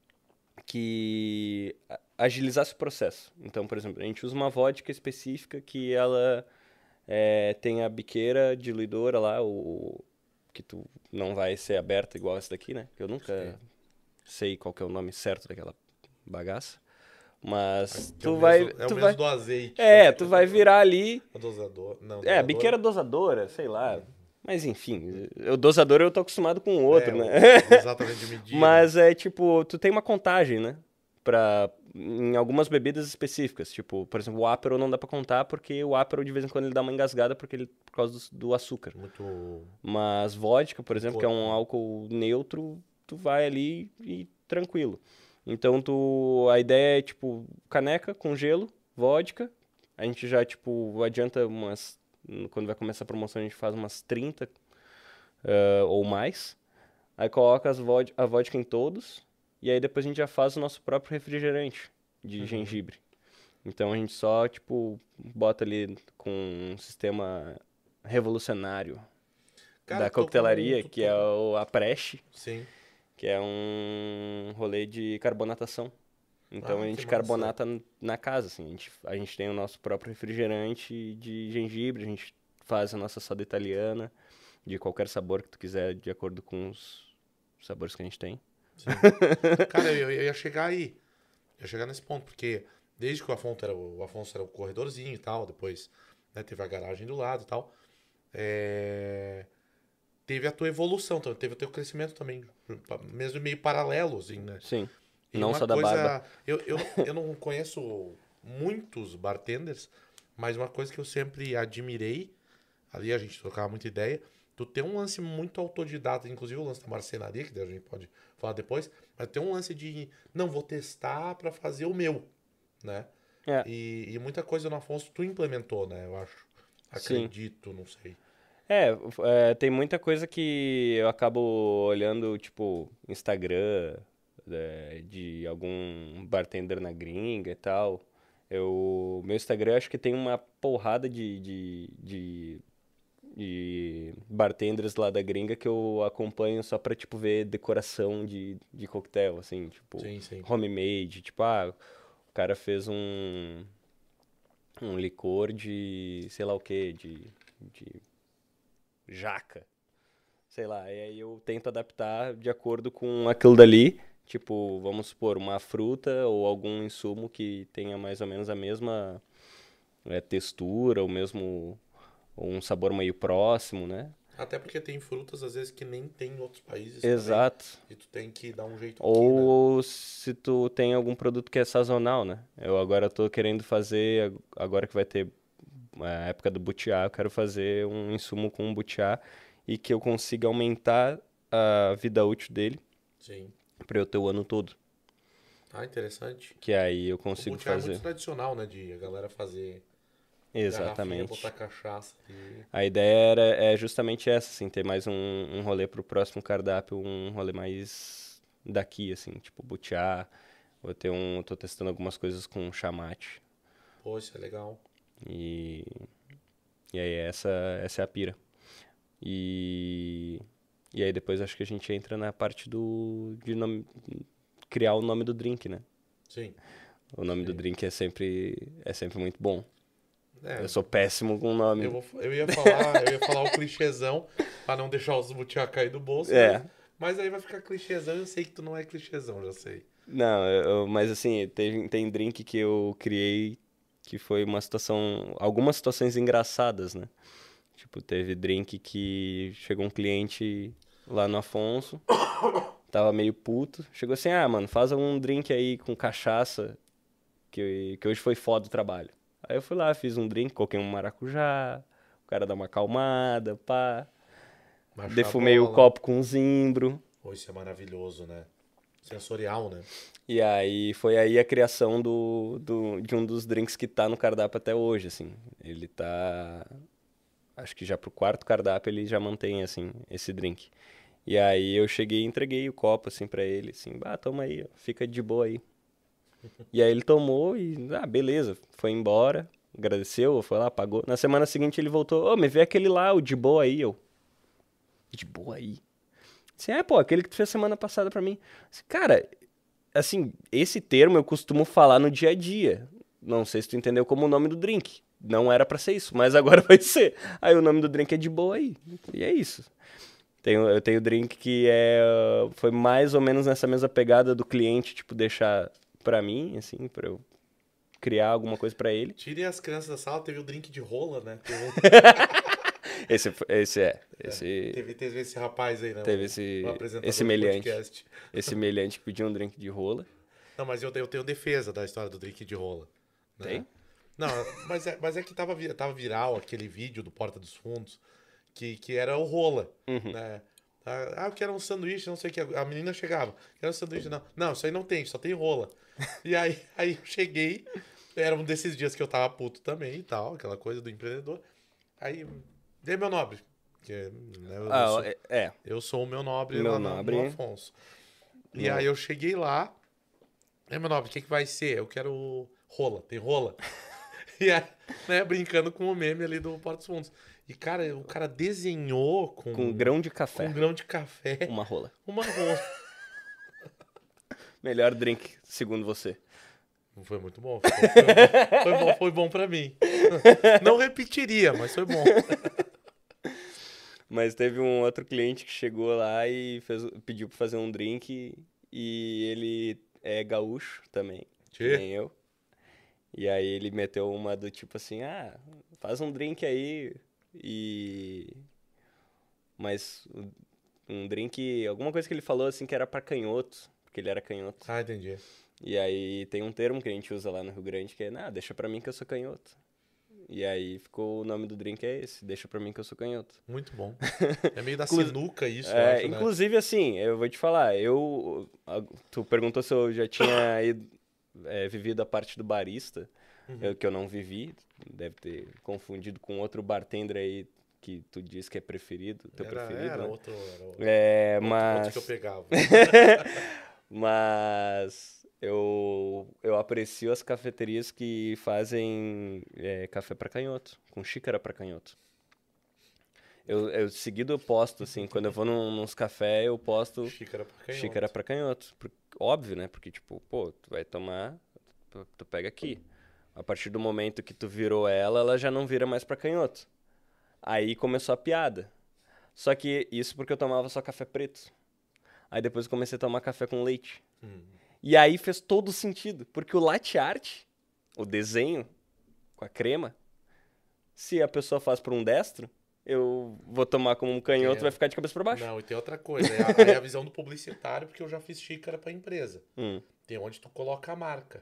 que a- agilizasse o processo. Então, por exemplo, a gente usa uma vodka específica que ela é, tem a biqueira diluidora lá, o que tu não vai ser aberta igual essa daqui, né? Que eu nunca Sim. sei qual que é o nome certo daquela bagaça. Mas Que é o tu vai, mesmo, é o tu mesmo vai, do azeite. é, tu vai virar ali, A dosador. Não, é, a dosador biqueira dosadora, sei lá. Mas enfim, o dosador eu tô acostumado com o outro, é, né? o- exatamente de medir. Mas é tipo, tu tem uma contagem, né? Pra, em algumas bebidas específicas. Tipo, por exemplo, o Aperol não dá pra contar porque o Aperol de vez em quando ele dá uma engasgada porque ele, por causa do, do açúcar. Muito. Mas vodka, por exemplo, que é um Corpo. álcool neutro, tu vai ali e tranquilo. Então tu, a ideia é tipo caneca com gelo, vodka. A gente já tipo adianta umas, quando vai começar a promoção a gente faz umas trinta eh, ou mais. Aí coloca as vod a vodka em todos e aí depois a gente já faz o nosso próprio refrigerante de Uhum. gengibre. Então a gente só tipo bota ali com um sistema revolucionário Cara, da tu tocou coquetelaria, num- tu que é tocou- o, a Preste, Sim. que é um rolê de carbonatação. Então Ah, a que gente massa. carbonata n- na casa, assim. A gente, a gente tem o nosso próprio refrigerante de gengibre, a gente faz a nossa soda italiana, de qualquer sabor que tu quiser, de acordo com os sabores que a gente tem. Sim. Cara, eu, eu ia chegar aí. Eu ia chegar nesse ponto, porque desde que o Afonso era o, o Afonso era o corredorzinho e tal, depois né, teve a garagem do lado e tal. é, Teve a tua evolução, então, teve o teu crescimento também, mesmo meio paralelo, assim, né? Sim. E Não uma só da barba. coisa, eu, eu, eu não conheço muitos bartenders, mas uma coisa que eu sempre admirei, ali a gente trocava muita ideia, tu tem um lance muito autodidata, inclusive o lance da marcenaria, que daí a gente pode falar depois, mas tem um lance de, não, vou testar pra fazer o meu, né? É, E, e muita coisa no Afonso tu implementou, né? Eu acho. sim. Acredito, não sei. É, f- é, tem muita coisa que eu acabo olhando, tipo, Instagram, é, de algum bartender na gringa e tal. Eu, meu Instagram acho que tem uma porrada de, de, de, de bartenders lá da gringa que eu acompanho só pra, tipo, ver decoração de, de coquetel, assim, tipo, Sim, sim. homemade. Tipo, ah, o cara fez um, um licor de, sei lá o quê, de, de jaca, sei lá, e aí eu tento adaptar de acordo com aquilo dali, tipo, vamos supor, uma fruta ou algum insumo que tenha mais ou menos a mesma é, textura, o mesmo, ou um sabor meio próximo, né? Até porque tem frutas, às vezes, que nem tem em outros países Exato. também. E tu tem que dar um jeito aqui, né? Ou se tu tem algum produto que é sazonal, né? Eu agora tô querendo fazer, ag- agora que vai ter a época do butiá, eu quero fazer um insumo com butiá e que eu consiga aumentar a vida útil dele Sim. para eu ter o ano todo. Ah, interessante. Que aí eu O consigo butiá é fazer. muito tradicional, né? De a galera fazer garrafinha, Exatamente. botar cachaça. E... A ideia era, é justamente essa, assim, ter mais um, um rolê pro próximo cardápio, um rolê mais daqui, assim, tipo butiá. Vou ter um, tô testando algumas coisas com chamate. Pô, isso é legal. E, e aí essa, essa é a pira. E, e aí depois acho que a gente entra na parte do de nome, criar o nome do drink, né? Sim. O nome do Sim. drink é sempre, é sempre muito bom. É, Eu sou péssimo com o nome. eu, vou, eu ia falar, eu ia falar o clichêzão pra não deixar os butiá cair do bolso, É. mas, mas aí vai ficar clichêzão e eu sei que tu não é clichêzão, já sei. Não, eu- mas assim, tem, tem drink que eu criei que foi uma situação, algumas situações engraçadas, né? Tipo, teve drink que chegou um cliente lá no Afonso, tava meio puto, chegou assim, ah, mano, faz um drink aí com cachaça, que, que hoje foi foda o trabalho. Aí eu fui lá, fiz um drink, coloquei um maracujá, o cara dá uma acalmada, pá, Baixar a defumei o bola. copo com zimbro. Pô, isso é maravilhoso, né? Sensorial, né? E aí foi aí a criação do, do, de um dos drinks que tá no cardápio até hoje, assim. Ele tá... Acho que já pro quarto cardápio ele já mantém, assim, esse drink. E aí eu cheguei e entreguei o copo, assim, pra ele, assim, ah, toma aí, ó, fica de boa aí. E aí ele tomou e, ah, beleza, foi embora, agradeceu, foi lá, pagou. Na semana seguinte ele voltou, ô, me vê aquele lá, o de boa aí, eu. De boa aí? Assim, é, pô, aquele que tu fez semana passada pra mim. Assim, cara, assim, esse termo eu costumo falar no dia a dia. Não sei se tu entendeu como o nome do drink. Não era pra ser isso, mas agora vai ser. Aí o nome do drink é de boa aí. E é isso. Tenho, eu tenho drink que é, foi mais ou menos nessa mesma pegada do cliente, tipo, deixar pra mim, assim, pra eu criar alguma coisa pra ele. Tirem as crianças da sala, teve o drink de rola, né? Teve, um- Esse, esse é. Esse, teve, teve esse rapaz aí, né? teve o- esse, o apresentador esse do meliante. podcast. Esse meliante que pediu um drink de rola. Não, mas eu, eu tenho defesa da história do drink de rola. Né? Tem? Não, mas é, mas é que tava, vi- tava viral aquele vídeo do Porta dos Fundos, que, que era o rola, Uhum. né? Ah, eu quero um sanduíche, não sei o que. A menina chegava, quero um sanduíche, não. Não, isso aí não tem, só tem rola. E aí, aí eu cheguei, era um desses dias que eu tava puto também e tal, aquela coisa do empreendedor. Aí, dei meu nobre. Que, né, eu, Ah, sou, é, é. eu sou o meu nobre Meu lá no, nobre. no Afonso. E Não. aí eu cheguei lá, é meu nobre, o que, que vai ser? Eu quero rola, tem rola? E aí, né, brincando com o meme ali do Porta dos Fundos. E, cara, o cara desenhou com, Com grão de café. com grão de café Uma rola. uma rola. Melhor drink, segundo você. Foi muito bom. Foi, foi bom, foi bom, foi bom pra mim. Não repetiria, mas foi bom. Mas teve um outro cliente que chegou lá e fez, pediu pra fazer um drink e ele é gaúcho também, que Tchê. nem eu. E aí ele meteu uma do tipo assim, ah, faz um drink aí e... Mas um drink, alguma coisa que ele falou assim que era pra canhoto, porque ele era canhoto. Ah, entendi. E aí tem um termo que a gente usa lá no Rio Grande que é, ah, deixa pra mim que eu sou canhoto. E aí ficou o nome do drink é esse, deixa pra mim que eu sou canhoto. Muito bom. É meio da Inclu- sinuca isso, eu É, acho, né? inclusive, assim, eu vou te falar, eu... a- Tu perguntou se eu já tinha ido, é, vivido a parte do barista, Uhum. eu, que eu não vivi, deve ter confundido com outro bartender aí que tu disse que é preferido, teu Era, preferido, era né? outro, era outro, É, outro mas... que eu pegava. Mas eu, eu aprecio as cafeterias que fazem é, café pra canhoto, com xícara pra canhoto. Eu, eu seguido eu posto, assim, quando eu vou num, nos cafés, eu posto Xícara pra canhoto. xícara pra canhoto. Por- óbvio, né? Porque, tipo, pô, tu vai tomar, tu, tu pega aqui. A partir do momento que tu virou ela, ela já não vira mais pra canhoto. Aí começou a piada. Só que isso porque eu tomava só café preto. Aí depois eu comecei a tomar café com leite. Hum. E aí fez todo sentido, porque o latte art, o desenho com a crema, se a pessoa faz por um destro, eu vou tomar como um canhoto, É. vai ficar de cabeça pra baixo. Não, e tem outra coisa. É a, é a visão do publicitário, porque eu já fiz xícara pra empresa. Hum. Tem onde tu coloca a marca,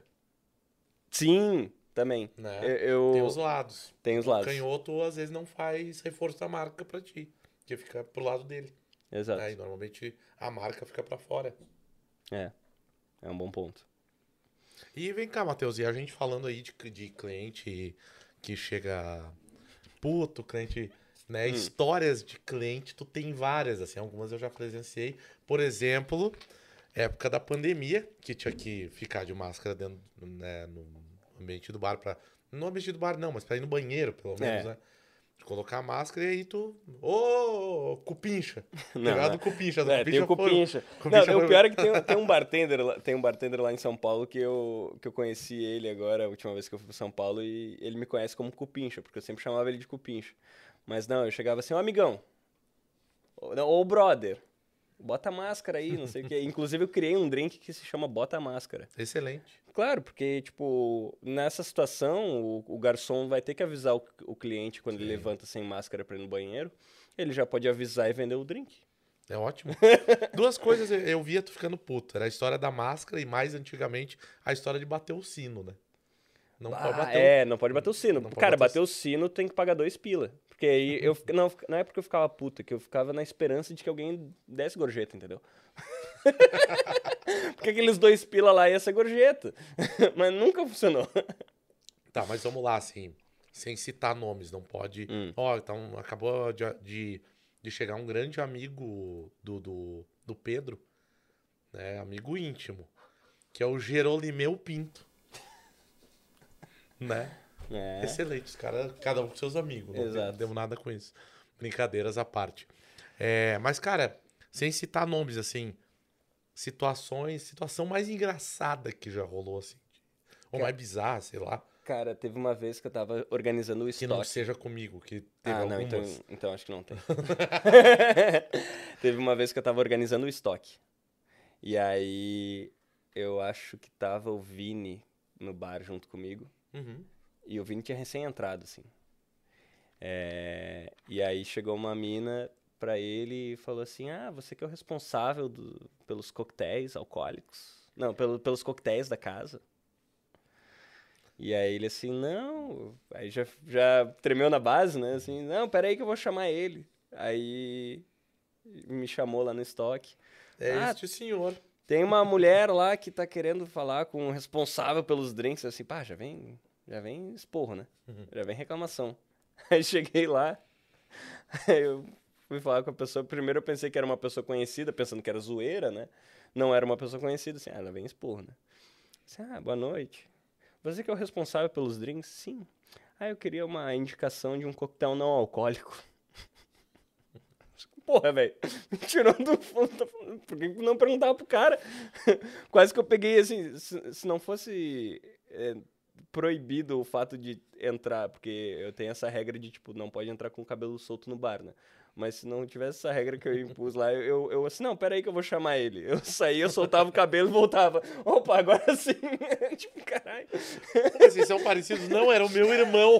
Sim, também. né? Eu, eu- Tem os lados. Tem os O lados. canhoto, às vezes, não faz reforço da marca pra ti. Porque fica pro lado dele. Exato. Né? E normalmente a marca fica pra fora. É, é um bom ponto. E vem cá, Matheus, e a gente falando aí de, de cliente que chega puto, cliente, né? Histórias de cliente, tu tem várias, assim, algumas eu já presenciei. Por exemplo, época da pandemia, que tinha que ficar de máscara dentro, né, no ambiente do bar, pra, no ambiente do bar não, mas pra ir no banheiro, pelo menos, É. né? Colocar a máscara e aí tu, ô, cupincha. Não, Pegado né? do cupincha. do É, tem o foi- Cupincha. Cupincha Não, foi- o pior é que tem, tem um bartender, lá- tem um bartender lá em São Paulo que eu, que eu conheci ele agora, a última vez que eu fui pra São Paulo, e ele me conhece como Cupincha, porque eu sempre chamava ele de Cupincha. Mas não, eu chegava assim, ô amigão, ou, não, ô brother, bota máscara aí, não sei o quê. Inclusive eu criei um drink que se chama Bota Máscara. Excelente. Claro, porque, tipo, nessa situação, o, o garçom vai ter que avisar o, o cliente quando ele levanta sem máscara pra ir no banheiro. Ele já pode avisar e vender o drink. É ótimo. Duas coisas eu, eu via tu ficando puto. Era a história da máscara e, mais antigamente, a história de bater o sino, né? Não Ah, pode bater o... é, não pode bater o sino. Não pode Cara, bater bater o o sino tem que pagar dois pila. Porque aí eu... fica- Não, não é porque eu ficava puta, que eu ficava na esperança de que alguém desse gorjeta, entendeu? Porque que aqueles dois pila lá ia ser gorjeta. Mas nunca funcionou. Tá, mas vamos lá, assim, sem citar nomes, não pode... Hum. Ó, então, acabou de, de, de chegar um grande amigo do, do, do Pedro, né, amigo íntimo, que é o Gerolimeu Pinto. Né? É. Excelente, os caras, cada um com seus amigos, não Exato. temos nada com isso. Brincadeiras à parte. É, mas, cara, sem citar nomes, assim, situações, situação mais engraçada que já rolou, assim, ou mais bizarra, sei lá, Cara, teve uma vez que eu tava organizando o que estoque. não seja comigo, que teve Ah, não, então, algumas. então acho que não tem. Teve uma vez que eu tava organizando o estoque. E aí eu acho que tava o Vini no bar junto comigo. Uhum. E o Vini tinha recém entrado, assim. É, E aí chegou uma mina pra ele e falou assim: Ah, você que é o responsável do... pelos coquetéis alcoólicos. Não, pelo... pelos coquetéis da casa. E aí ele assim, não... Aí já, já tremeu na base, né? Assim, não, peraí que eu vou chamar ele. Aí me chamou lá no estoque. É Ah, este senhor. Tem uma mulher lá que tá querendo falar com o responsável pelos drinks. Assim, pá, já vem, já vem esporro, né? Uhum. Já vem reclamação. Aí cheguei lá, aí eu fui falar com a pessoa. Primeiro eu pensei que era uma pessoa conhecida, pensando que era zoeira, né? Não era uma pessoa conhecida, assim, ah, ela vem esporro, né? Assim, ah, boa noite. Você que é o responsável pelos drinks? Sim. Ah, eu queria uma indicação de um coquetel não alcoólico. Porra, velho. Me tirou do fundo. Por que não perguntava pro cara? Quase que eu peguei, assim, se, se não fosse é, proibido o fato de entrar, porque eu tenho essa regra de, tipo, não pode entrar com o cabelo solto no bar, né? Mas se não tivesse essa regra que eu impus lá, eu, eu assim, não, peraí que eu vou chamar ele. Eu saía, eu soltava o cabelo e voltava. Opa, agora sim. Tipo, caralho. Pô, vocês são parecidos? Não, era o meu irmão.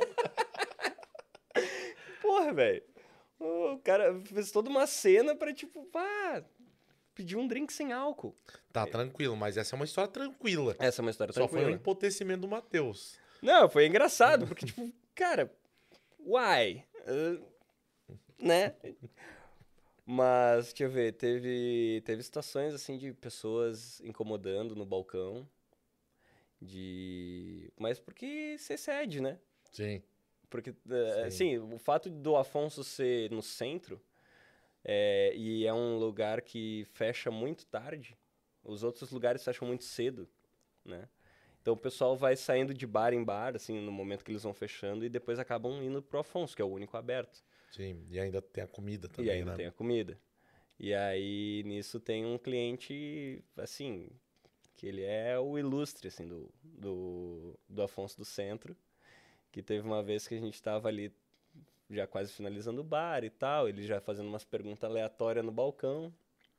Porra, velho. O cara fez toda uma cena pra, tipo, pá, pedir um drink sem álcool. Tá, tranquilo, mas essa é uma história tranquila. Essa é uma história Só foi um tranquila. empotecimento do Matheus. Não, foi engraçado, porque, tipo, cara, why? Uh, né? Mas, deixa eu ver, teve, teve situações, assim, de pessoas incomodando no balcão, de... Mas porque você cede, né? Sim. Porque, Sim. assim, o fato do Afonso ser no centro, é, e é um lugar que fecha muito tarde, os outros lugares fecham muito cedo, né? Então o pessoal vai saindo de bar em bar, assim, no momento que eles vão fechando, e depois acabam indo pro Afonso, que é o único aberto. Sim, e ainda tem a comida também, E ainda né? tem a comida. E aí, nisso, tem um cliente, assim, que ele é o ilustre, assim, do, do, do Afonso do Centro, que teve uma vez que a gente tava ali, já quase finalizando o bar e tal, ele já fazendo umas perguntas aleatórias no balcão.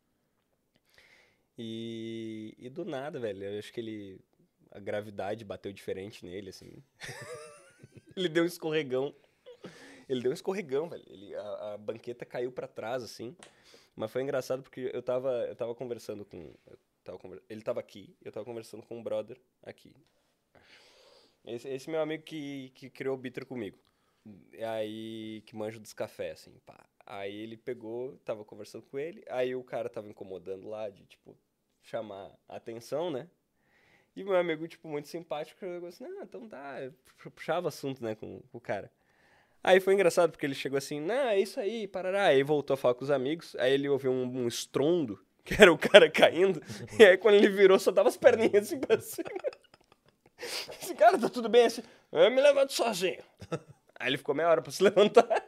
E, e do nada, velho, eu acho que ele... A gravidade bateu diferente nele, assim. Ele deu um escorregão. Ele deu um escorregão, velho. Ele, a, a banqueta caiu pra trás, assim. Mas foi engraçado porque eu tava, eu tava conversando com... Eu tava conver... Ele tava aqui, eu tava conversando com um brother aqui. Esse, esse meu amigo que, que criou o Bitter comigo. Aí, que manja dos cafés, assim, pá. Aí ele pegou, tava conversando com ele, aí o cara tava incomodando lá de, tipo, chamar a atenção, né? E meu amigo, tipo, muito simpático, eu assim, não, então tá, eu puxava assunto, né, com, com o cara. Aí foi engraçado, porque ele chegou assim, não, é isso aí, parará. Aí voltou a falar com os amigos, aí ele ouviu um, um estrondo, que era o cara caindo, e aí quando ele virou, só dava as perninhas assim pra cima. Esse cara, tá tudo bem assim, eu me levanto sozinho. Aí ele ficou meia hora pra se levantar.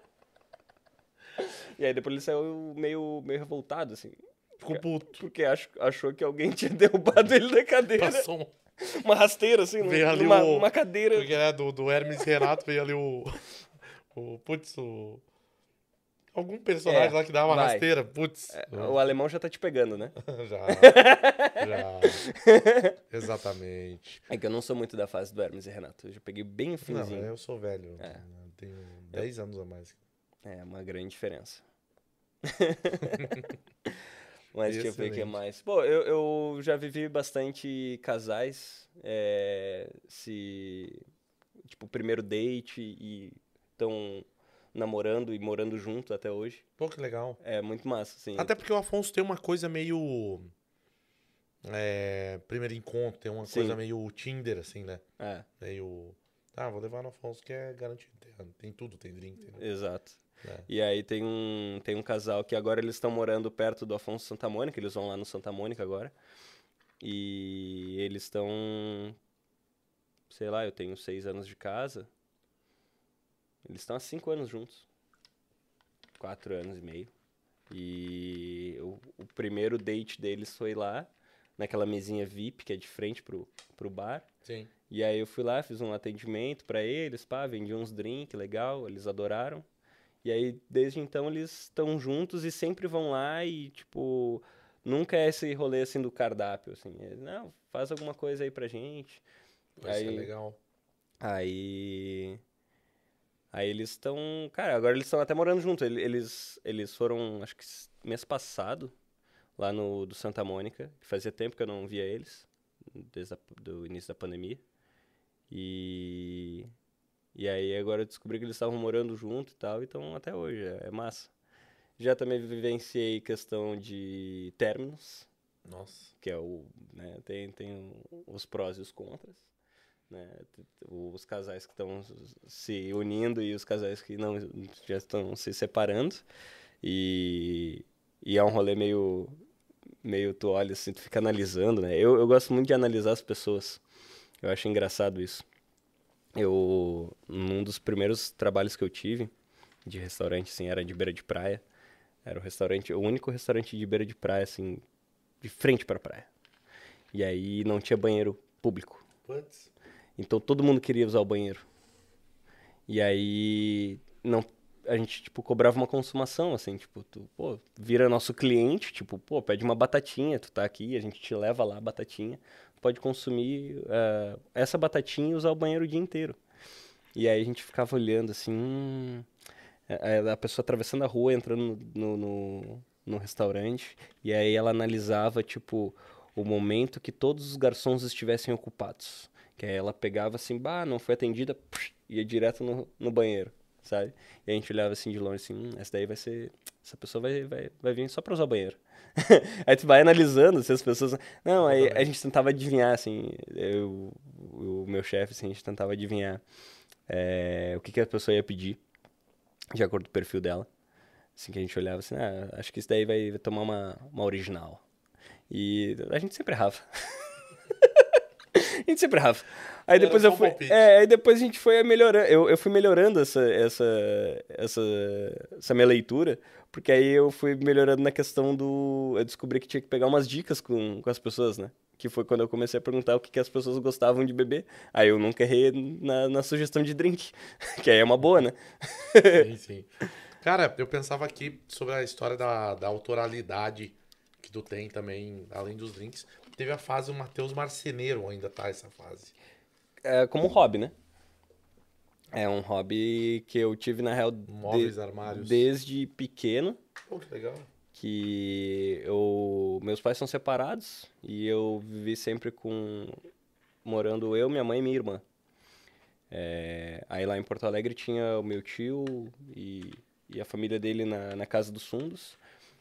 E aí depois ele saiu meio, meio revoltado, assim. Ficou puto. Porque ach, achou que alguém tinha derrubado ele da cadeira. Passou um... Uma rasteira, assim, Veio ali numa, o... uma cadeira. Porque era do, do Hermes e Renato, veio ali o... O... Putz, o... Algum personagem É, lá que dá uma vai. rasteira, putz. É, o alemão já tá te pegando, né? Já, já. Exatamente. É que eu não sou muito da fase do Hermes e Renato. Eu já peguei bem Não, finzinho. eu sou velho. É. Eu tenho dez anos a mais. É, uma grande diferença. Mas deixa eu ver o que Excelente. mais. Pô, eu, eu já vivi bastante casais, é, se... Tipo, primeiro date e estão namorando e morando junto até hoje. Pô, que legal. É muito massa, assim. Até porque o Afonso tem uma coisa meio... é, primeiro encontro, tem uma Sim. coisa meio Tinder, assim, né? É, Meio. Ah, vou levar no Afonso que é garantido. Tem, tem tudo, tem drink, tem. exato. É. E aí tem um, tem um casal que agora eles estão morando perto do Afonso Santa Mônica, eles vão lá no Santa Mônica agora. E eles estão, sei lá, eu tenho seis anos de casa. Eles estão há cinco anos juntos. Quatro anos e meio. E o, o primeiro date deles foi lá, naquela mesinha V I P, que é de frente pro, pro bar. Sim. E aí eu fui lá, fiz um atendimento pra eles, pá, vendi uns drinks, legal, eles adoraram. E aí, desde então, eles estão juntos e sempre vão lá e, tipo, nunca é esse rolê, assim, do cardápio, assim. É, não, faz alguma coisa aí pra gente. Vai ser Aí- legal. Aí... Aí eles estão... Cara, agora eles estão até morando junto. Ele- Eles, eles foram, acho que s- mês passado, lá no do Santa Mônica, que fazia tempo que eu não via eles, desde o início da pandemia. E... E aí agora eu descobri que eles estavam morando junto e tal, então até hoje, é é massa. Já também vivenciei questão de términos, Nossa. que é o, né, tem, tem o- os prós e os contras, né, t- t- os casais que estão se unindo e os casais que não, já estão se separando, e, e é um rolê meio, meio tu olha assim, tu fica analisando, né, eu, eu gosto muito de analisar as pessoas, eu acho engraçado isso. Eu, num dos primeiros trabalhos que eu tive de restaurante, assim, era de beira de praia, era o restaurante, o único restaurante de beira de praia, assim, de frente para a praia. E aí não tinha banheiro público. Putz. Então todo mundo queria usar o banheiro. E aí não, a gente, tipo, cobrava uma consumação, assim, tipo, tu, pô, vira nosso cliente, tipo, pô, pede uma batatinha, tu tá aqui, a gente te leva lá a batatinha, pode consumir eh, essa batatinha e usar o banheiro o dia inteiro. E aí a gente ficava olhando, assim, hum, a, a pessoa atravessando a rua, entrando no, no, no, no restaurante, e aí ela analisava, tipo, o momento que todos os garçons estivessem ocupados. Que aí ela pegava assim, bah, não foi atendida, psh, ia direto no, no banheiro, sabe? E a gente olhava assim de longe, assim, hum, essa daí vai ser... Essa pessoa vai, vai, vai vir só pra usar o banheiro. Aí tu vai analisando se as pessoas... Não, aí a Exatamente. gente tentava adivinhar, assim, eu, o meu chefe, assim, a gente tentava adivinhar é, o que, que a pessoa ia pedir, de acordo com o perfil dela. Assim, que a gente olhava assim, ah, acho que isso daí vai tomar uma, uma original. E a gente sempre errava. A gente sempre errava. Aí Era depois só eu um fui. palpite. É, aí depois a gente foi melhorando. Eu, eu fui melhorando essa, essa, essa, essa minha leitura, porque aí eu fui melhorando na questão do. Eu descobri que tinha que pegar umas dicas com, com as pessoas, né? Que foi quando eu comecei a perguntar o que, que as pessoas gostavam de beber. Aí eu nunca errei na, na sugestão de drink. Que aí é uma boa, né? Sim, sim. Cara, eu pensava aqui sobre a história da, da autoralidade que tu tem também, além dos drinks. Teve a fase do Matheus Marceneiro, ainda tá essa fase. É como um hobby, né? É um hobby que eu tive, na real, de- Móveis, armários. desde pequeno. Pô, que legal. Que eu meus pais são separados e eu vivi sempre com morando eu, minha mãe e minha irmã. É, aí lá em Porto Alegre tinha o meu tio e, e a família dele na, na Casa dos Fundos.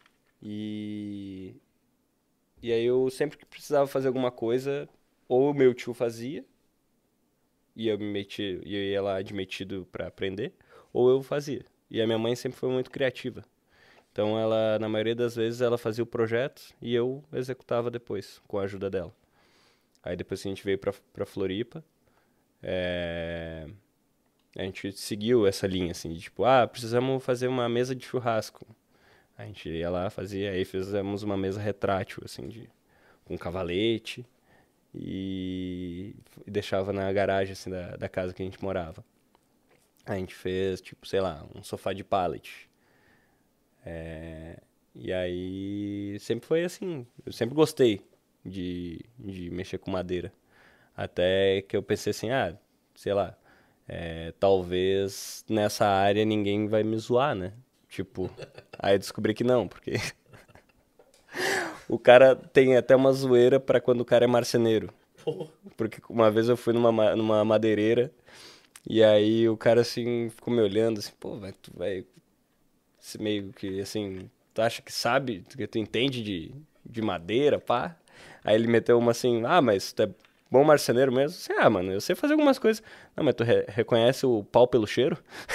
E, e aí eu sempre que precisava fazer alguma coisa, ou o meu tio fazia, e eu me meti, e eu ia lá admitido para aprender, ou eu fazia. E a minha mãe sempre foi muito criativa. Então ela, na maioria das vezes, ela fazia o projeto e eu executava depois, com a ajuda dela. Aí depois que a gente veio pra, pra Floripa, é, a gente seguiu essa linha, assim, de tipo, ah, precisamos fazer uma mesa de churrasco. A gente ia lá, fazia, aí fizemos uma mesa retrátil, assim, de, com cavalete e, e deixava na garagem, assim, da, da casa que a gente morava. A gente fez, tipo, sei lá, um sofá de pallet. É, e aí sempre foi assim, eu sempre gostei de, de mexer com madeira. Até que eu pensei assim, ah, sei lá, é, talvez nessa área ninguém vai me zoar, né? Tipo, aí eu descobri que não, porque o cara tem até uma zoeira pra quando o cara é marceneiro. Pô, Porque uma vez eu fui numa, ma- numa madeireira e aí o cara assim ficou me olhando assim, pô, vai, tu vai se meio que assim, tu acha que sabe, que tu entende de, de madeira, pá? Aí ele meteu uma assim, ah, mas tu é bom marceneiro mesmo? Assim, ah, mano, eu sei fazer algumas coisas. Não, mas tu re- reconhece o pau pelo cheiro?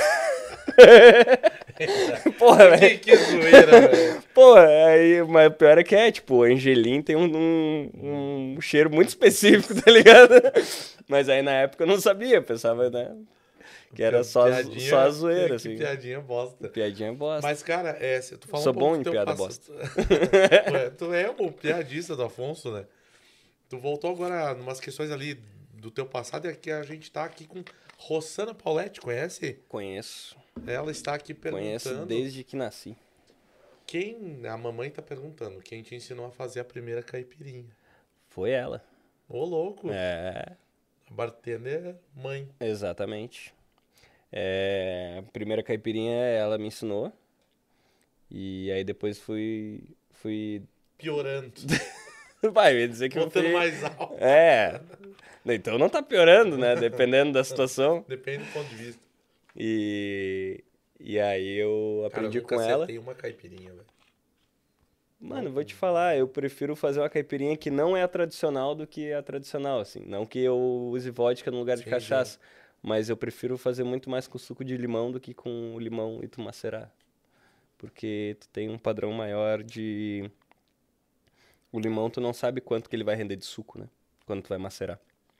Porra, Que, velho. que zoeira, velho. Pô, aí, mas o pior é que é, tipo, o Angelim tem um, um, um cheiro muito específico, tá ligado? Mas aí na época eu não sabia, eu pensava, né? Que era só, a- Piadinha- só a zoeira, que assim. piadinha bosta. Piadinha bosta. Mas, cara, é, se tu fala Sou um pouco bom do em teu piada passo- Ué, tu é o piadista do Afonso, né? Tu voltou agora numas questões ali do teu passado, é que a gente tá aqui com Rossana Pauletti, conhece? Conheço. Ela está aqui Conheço perguntando. desde que nasci. Quem. A mamãe tá perguntando, quem te ensinou a fazer a primeira caipirinha? Foi ela. Ô, louco! É, A bartender é mãe. exatamente. É, a primeira caipirinha ela me ensinou. E aí depois fui. fui... Piorando. Vai, eu ia dizer que eu Botando fui... mais alto. É. Então não tá piorando, né? Dependendo da situação. Depende do ponto de vista. E, e aí eu Cara, eu aprendi nunca com ela. acertei uma caipirinha, velho. Mano, vou te falar, eu prefiro fazer uma caipirinha que não é a tradicional do que a tradicional, assim. Não que eu use vodka no lugar de Sim, cachaça, mas eu prefiro fazer muito mais com suco de limão do que com o limão e tu macerar. Porque tu tem um padrão maior de... O limão tu não sabe quanto que ele vai render de suco, né? Quando tu vai macerar.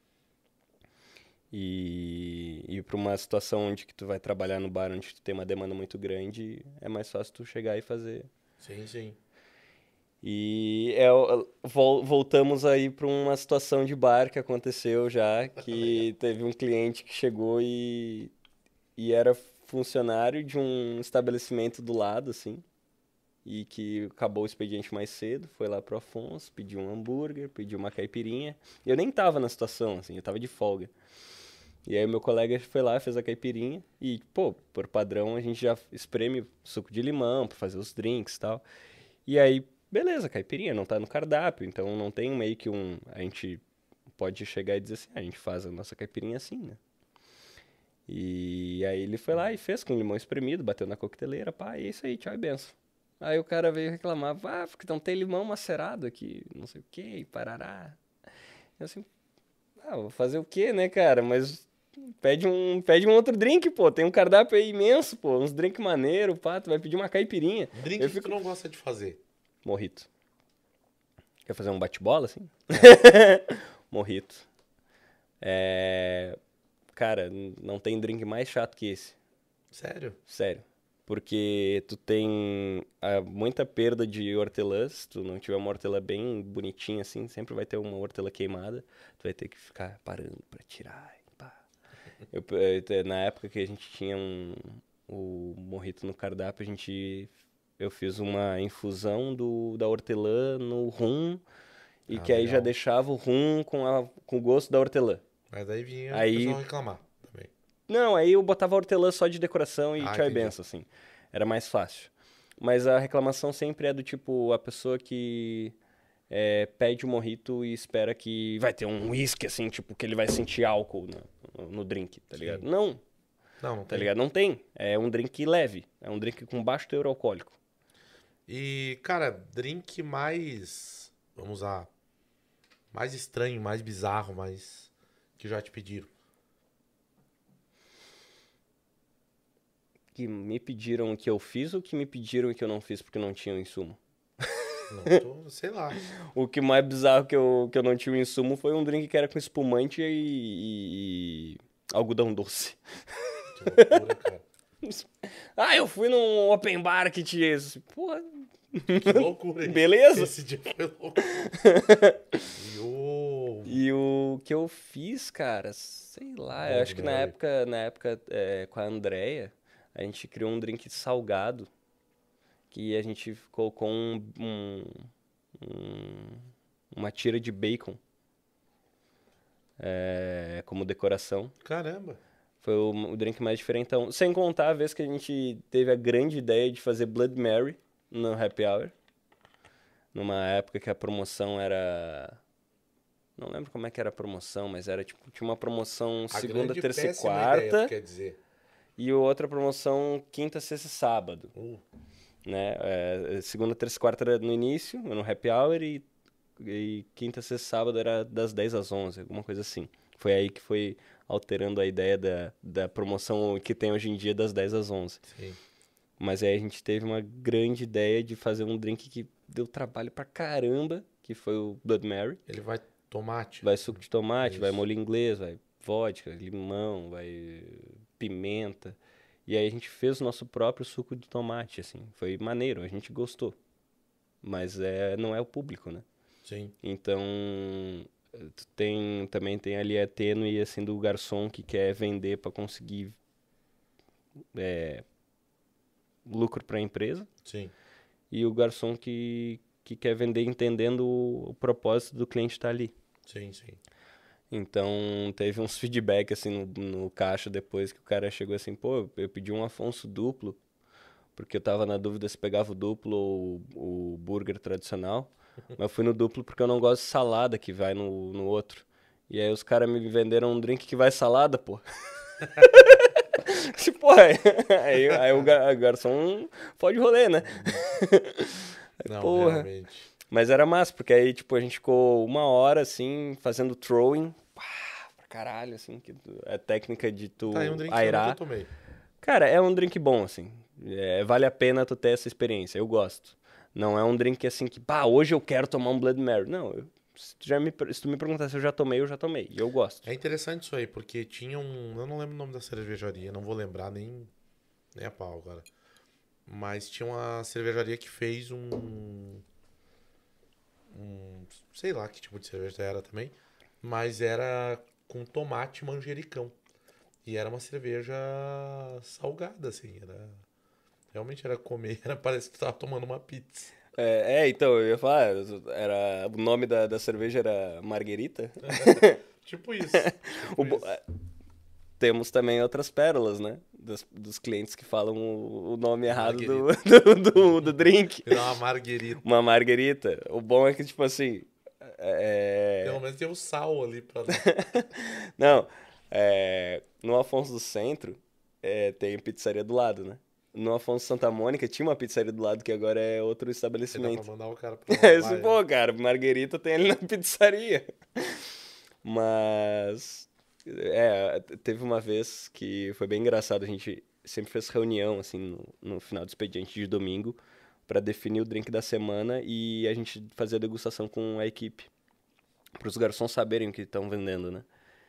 E, e para uma situação onde que tu vai trabalhar no bar, onde tu tem uma demanda muito grande, é mais fácil tu chegar e fazer. Sim, sim. E é, o- vol- voltamos aí para uma situação de bar que aconteceu já, que teve um cliente que chegou e, e era funcionário de um estabelecimento do lado, assim, e que acabou o expediente mais cedo, foi lá pro Afonso, pediu um hambúrguer, pediu uma caipirinha. Eu nem tava na situação, assim, eu tava de folga. E aí o meu colega foi lá, fez a caipirinha e, pô, por padrão a gente já espreme suco de limão pra fazer os drinks e tal. E aí, beleza, caipirinha não tá no cardápio, então não tem meio que um... A gente pode chegar e dizer assim, "Ah, a gente faz a nossa caipirinha assim, né?" E aí ele foi lá e fez com limão espremido, bateu na coqueteleira, pá, e é isso aí, tchau e benção. Aí o cara veio reclamar, ah, porque não tem limão macerado aqui, não sei o que, e parará. Eu assim, ah, vou fazer o quê, né, cara? Mas pede um, pede um outro drink, pô, tem um cardápio aí imenso, pô, uns drink maneiro, pá, tu vai pedir uma caipirinha. Drink Eu que fico... tu não gosta de fazer. Morrito. Quer fazer um bate-bola, assim? Morrito. É... Cara, n- não tem drink mais chato que esse. Sério? Sério. Porque tu tem ah, muita perda de hortelãs. Se tu não tiver uma hortelã bem bonitinha assim, sempre vai ter uma hortelã queimada. Tu vai ter que ficar parando pra tirar. e pá. Eu, eh, na época que a gente tinha um, o morrito no cardápio, a gente, eu fiz uma infusão do, da hortelã no rum. E Ah, que aí já legal. deixava o rum com, a, com o gosto da hortelã. Mas aí vinha Aí- o pessoal reclamar também. Não, aí eu botava hortelã só de decoração e Ah, tchau e entendi. benção, assim. Era mais fácil. Mas a reclamação sempre é do tipo, a pessoa que é, pede o mojito e espera que vai ter um whisky, assim, tipo, que ele vai sentir álcool no, no drink, tá ligado? Sim. Não, Não, não tá tem. ligado? Não tem. É um drink leve. É um drink com baixo teor alcoólico. E, cara, drink mais. Vamos lá. Mais estranho, mais bizarro, mais. Que já te pediram. Que me pediram que eu fiz ou que me pediram que eu não fiz porque não tinha o insumo? Não, tô, sei lá. O que mais bizarro que eu, que eu não tinha o insumo foi um drink que era com espumante e, e- e algodão doce. Que loucura, cara. Ah, eu fui num open bar que tinha isso. Porra, Que loucura, hein? beleza? Esse dia foi louco. E o. E o que eu fiz, cara, sei lá, eu Bom acho que na demais. época, na época é, com a Andrea, a gente criou um drink salgado que a gente colocou um, um- um- uma tira de bacon é, como decoração. Caramba. Foi o, o drink mais diferentão. Sem contar a vez que a gente teve a grande ideia de fazer Blood Mary no Happy Hour. Numa época que a promoção era... Não lembro como é que era a promoção, mas era tipo, tinha uma promoção A segunda, grande terça e péssima quarta. ideia, tu quer dizer. E outra promoção quinta, sexta e sábado. Uh, Né? É, segunda, terça e quarta era no início, no Happy Hour, e e quinta, sexta, sábado era das dez às onze, alguma coisa assim. Foi aí que foi alterando a ideia da, da promoção que tem hoje em dia das dez às onze. Sim. Mas aí a gente teve uma grande ideia de fazer um drink que deu trabalho pra caramba, que foi o Blood Mary. Ele vai tomate. Vai suco de tomate, Isso. vai molho inglês, vai vodka, limão, vai pimenta. E aí a gente fez o nosso próprio suco de tomate, assim. Foi maneiro, a gente gostou. Mas é, não é o público, né? Sim. Então, tu tem, também tem ali a tênue, assim, do garçom que quer vender para conseguir é, lucro para a empresa. Sim. E o garçom que, que quer vender entendendo o, o propósito do cliente estar ali. Sim, sim. Então, teve uns feedback, assim, no, no caixa depois que o cara chegou assim, pô, eu pedi um Afonso duplo, porque eu tava na dúvida se pegava o duplo ou o burger tradicional. Mas eu fui no duplo porque eu não gosto de salada que vai no, no outro. E aí os caras me venderam um drink que vai salada, pô. Se, pô, aí, aí, aí o gar- garçom fode rolê, né? Não, Porra. realmente. Mas era massa, porque aí, tipo, a gente ficou uma hora, assim, fazendo throwing. Pá, pra caralho, assim, que tu- a técnica de tu Tá aí um drink que eu airar. nunca tomei. Cara, é um drink bom, assim. É, vale a pena tu ter essa experiência, eu gosto. Não é um drink assim que, pá, hoje eu quero tomar um Blood Mary. Não, eu- se, tu já me, per- se tu me perguntar se eu já tomei, eu já tomei. E eu gosto. É interessante isso aí, porque tinha um... Eu não lembro o nome da cervejaria, não vou lembrar nem, nem a pau agora. Mas tinha uma cervejaria que fez um... um sei lá que tipo de cerveja era também. Mas era com tomate e manjericão. E era uma cerveja salgada, assim. Era... Realmente era comer, era, parece que tu tava tomando uma pizza. É, é, então, eu ia falar, era, o nome da, da cerveja era Marguerita. Tipo isso. Tipo O bo- isso. é, temos também outras pérolas, né? Dos, dos clientes que falam o, o nome errado do, do, do, do drink. Virar uma marguerita. Uma marguerita. O bom é que, tipo assim... É... Pelo menos tem o sal ali pra... Não, é, no Afonso do Centro é, tem pizzaria do lado, né? No Afonso Santa Mônica tinha uma pizzaria do lado que agora é outro Você dá pra estabelecimento. mandar o cara pra lá. É, isso, vai, pô, cara, Marguerita tem ali na pizzaria. Mas, é, teve uma vez que foi bem engraçado, a gente sempre fez reunião, assim, no, no final do expediente de domingo, pra definir o drink da semana e a gente fazia degustação com a equipe, para os garçons saberem o que estão vendendo, né?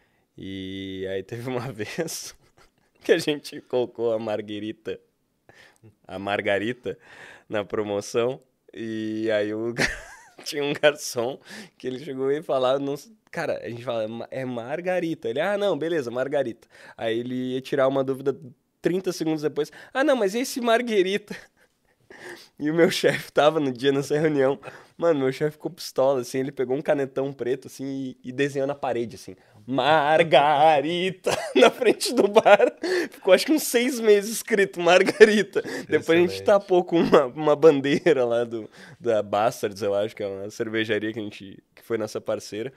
E aí teve uma vez que a gente colocou a Marguerita, a Margarita, na promoção. E aí o gar- tinha um garçom que ele chegou e falava, não... cara, a gente fala, "É Ma- é Margarita." Ele, ah, não, beleza, Margarita. Aí ele ia tirar uma dúvida trinta segundos depois, ah, não, mas esse Marguerita? E o meu chefe tava no dia nessa reunião. Mano, meu chefe ficou pistola, assim, ele pegou um canetão preto, assim, e, e desenhou na parede, assim, Margarita, na frente do bar. Ficou, acho que uns seis meses escrito Margarita. Depois a gente Excelente. tapou com uma, uma bandeira lá do, da Bastards, eu acho, que é uma cervejaria que a gente, que foi nossa parceira.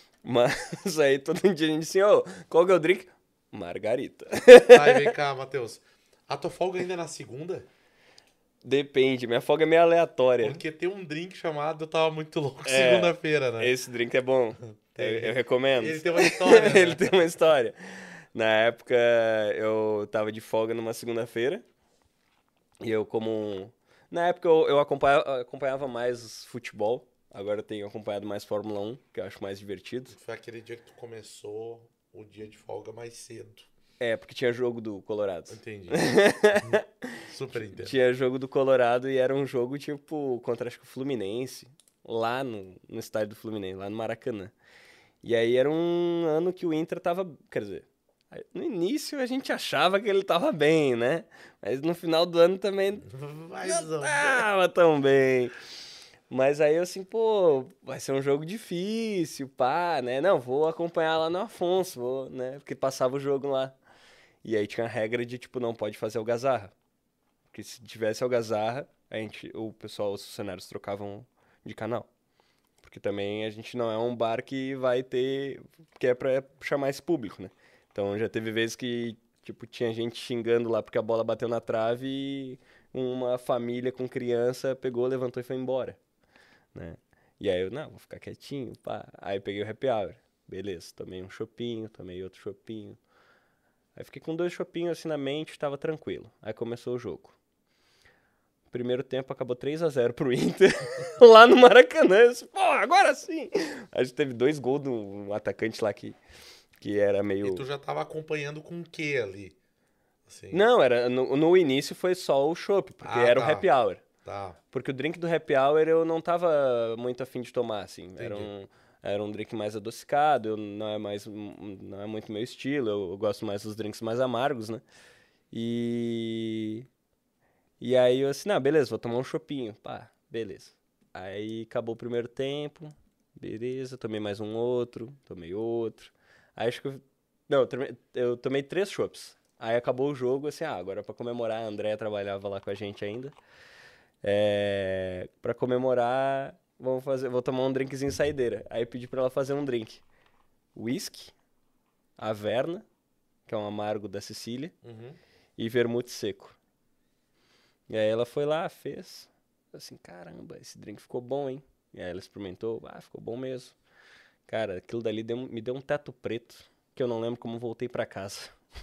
Mas aí todo dia a gente assim, ô, qual que é o drink? Margarita. Aí, vem cá, Matheus. A tua folga ainda é na segunda? Depende, minha folga é meio aleatória. Porque tem um drink chamado Eu Tava Muito Louco É, segunda-feira, né? Esse drink é bom. Eu, Tem. eu recomendo. Ele tem uma história, né? Ele tem uma história. Na época, eu tava de folga numa segunda-feira. E eu, como. um- Na época, eu, eu acompanhava, acompanhava mais futebol. Agora eu tenho acompanhado mais Fórmula um, que eu acho mais divertido. Foi aquele dia que tu começou o dia de folga mais cedo. É, porque tinha jogo do Colorado. Entendi. Super entendo. Tinha jogo do Colorado e era um jogo, tipo, contra, acho que o Fluminense. Lá no, no estádio do Fluminense, lá no Maracanã. E aí era um ano que o Inter tava... Quer dizer, aí, no início a gente achava que ele tava bem, né? Mas no final do ano também Mas, não ó, tava tão bem. Mas aí eu assim, pô, vai ser um jogo difícil, pá, né? Não, vou acompanhar lá no Afonso, vou, né? Porque passava o jogo lá. E aí tinha a regra de, tipo, não pode fazer algazarra. Porque se tivesse algazarra, a gente, o pessoal, os funcionários trocavam de canal. Porque também a gente não é um bar que vai ter... que é pra chamar esse público, né? Então já teve vezes que, tipo, tinha gente xingando lá porque a bola bateu na trave e uma família com criança pegou, levantou e foi embora, né? E aí eu, não, vou ficar quietinho, pá. Aí peguei o happy hour. Beleza, tomei um chopinho, tomei outro chopinho. Aí fiquei com dois chopinhos assim na mente, tava tranquilo. Aí começou o jogo. Primeiro tempo acabou três a zero pro Inter, lá no Maracanã. Eu disse, pô, agora sim! A gente teve dois gols de um atacante lá que, que era meio... E tu já tava acompanhando com o quê ali? Assim. Não, era, no, no início foi só o chopp, porque Ah, era tá. o happy hour. Tá. Porque o drink do happy hour eu não tava muito afim de tomar, assim. Era Entendi. um, era um drink mais adocicado, eu, não, é mais, não é muito meu estilo, eu, eu gosto mais dos drinks mais amargos, né? E... E aí eu assim, não, beleza, vou tomar um chopinho. Pá, beleza. Aí acabou o primeiro tempo, beleza, tomei mais um outro, tomei outro. Aí acho que eu... Não, eu tomei, eu tomei três chopps. Aí acabou o jogo, assim, ah, agora pra comemorar, a Andrea trabalhava lá com a gente ainda. É... Pra comemorar, vamos fazer, vou tomar um drinkzinho saideira. Aí eu pedi pra ela fazer um drink. Whisky, Averna, que é um amargo da Sicília, Uhum. e vermute seco. E aí ela foi lá, fez. Assim, caramba, esse drink ficou bom, hein? E aí ela experimentou, ah, ficou bom mesmo. Cara, aquilo dali deu, me deu um teto preto, que eu não lembro como voltei pra casa.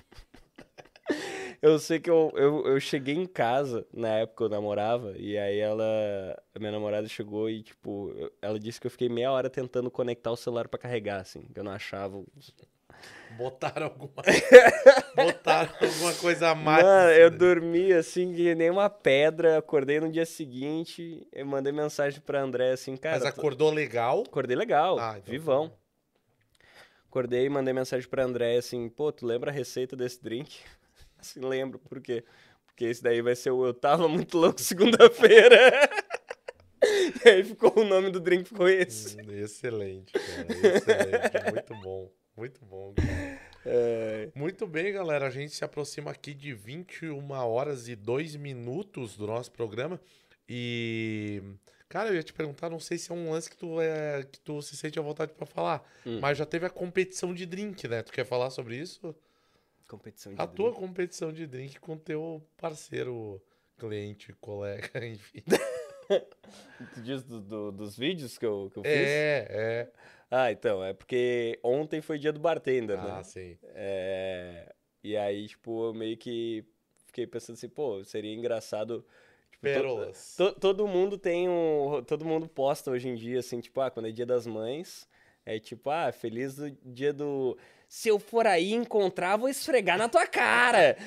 Eu sei que eu, eu, eu cheguei em casa, na época eu namorava, e aí ela, a minha namorada chegou e, tipo, eu- ela disse que eu fiquei meia hora tentando conectar o celular pra carregar, assim, que eu não achava. o- Botaram alguma... Botaram alguma coisa a mais. Mano, eu né? dormi assim, que nem uma pedra, acordei no dia seguinte, eu mandei mensagem pra André assim, cara, Mas tô- acordou legal? acordei legal, Ah, então vivão. tá Acordei e mandei mensagem pra André assim, pô, tu lembra a receita desse drink? Assim, lembro, por quê? Porque esse daí vai ser o Eu Tava Muito Louco segunda-feira. E aí ficou o nome do drink, ficou esse. Hum, excelente, cara. Excelente. Muito bom. Muito bom, cara. É, Muito bem, galera. A gente se aproxima aqui de vinte e uma horas e dois minutos do nosso programa. E, cara, eu ia te perguntar, não sei se é um lance que tu, é, que tu se sente à vontade pra falar, Hum. mas já teve a competição de drink, né? Tu quer falar sobre isso? competição de A drink. tua competição de drink com teu parceiro, cliente, colega, enfim. Tu diz do- do- dos vídeos que eu, que eu fiz? É, é. Ah, então, é porque ontem foi dia do bartender, né? Ah, sim. É, e aí, tipo, eu meio que fiquei pensando assim, pô, seria engraçado. Tipo, to- Pérolas. to- todo mundo tem um. Todo mundo posta hoje em dia, assim, tipo, ah, quando é dia das mães, é tipo, ah, feliz do dia do. Se eu for aí encontrar, vou esfregar na tua cara.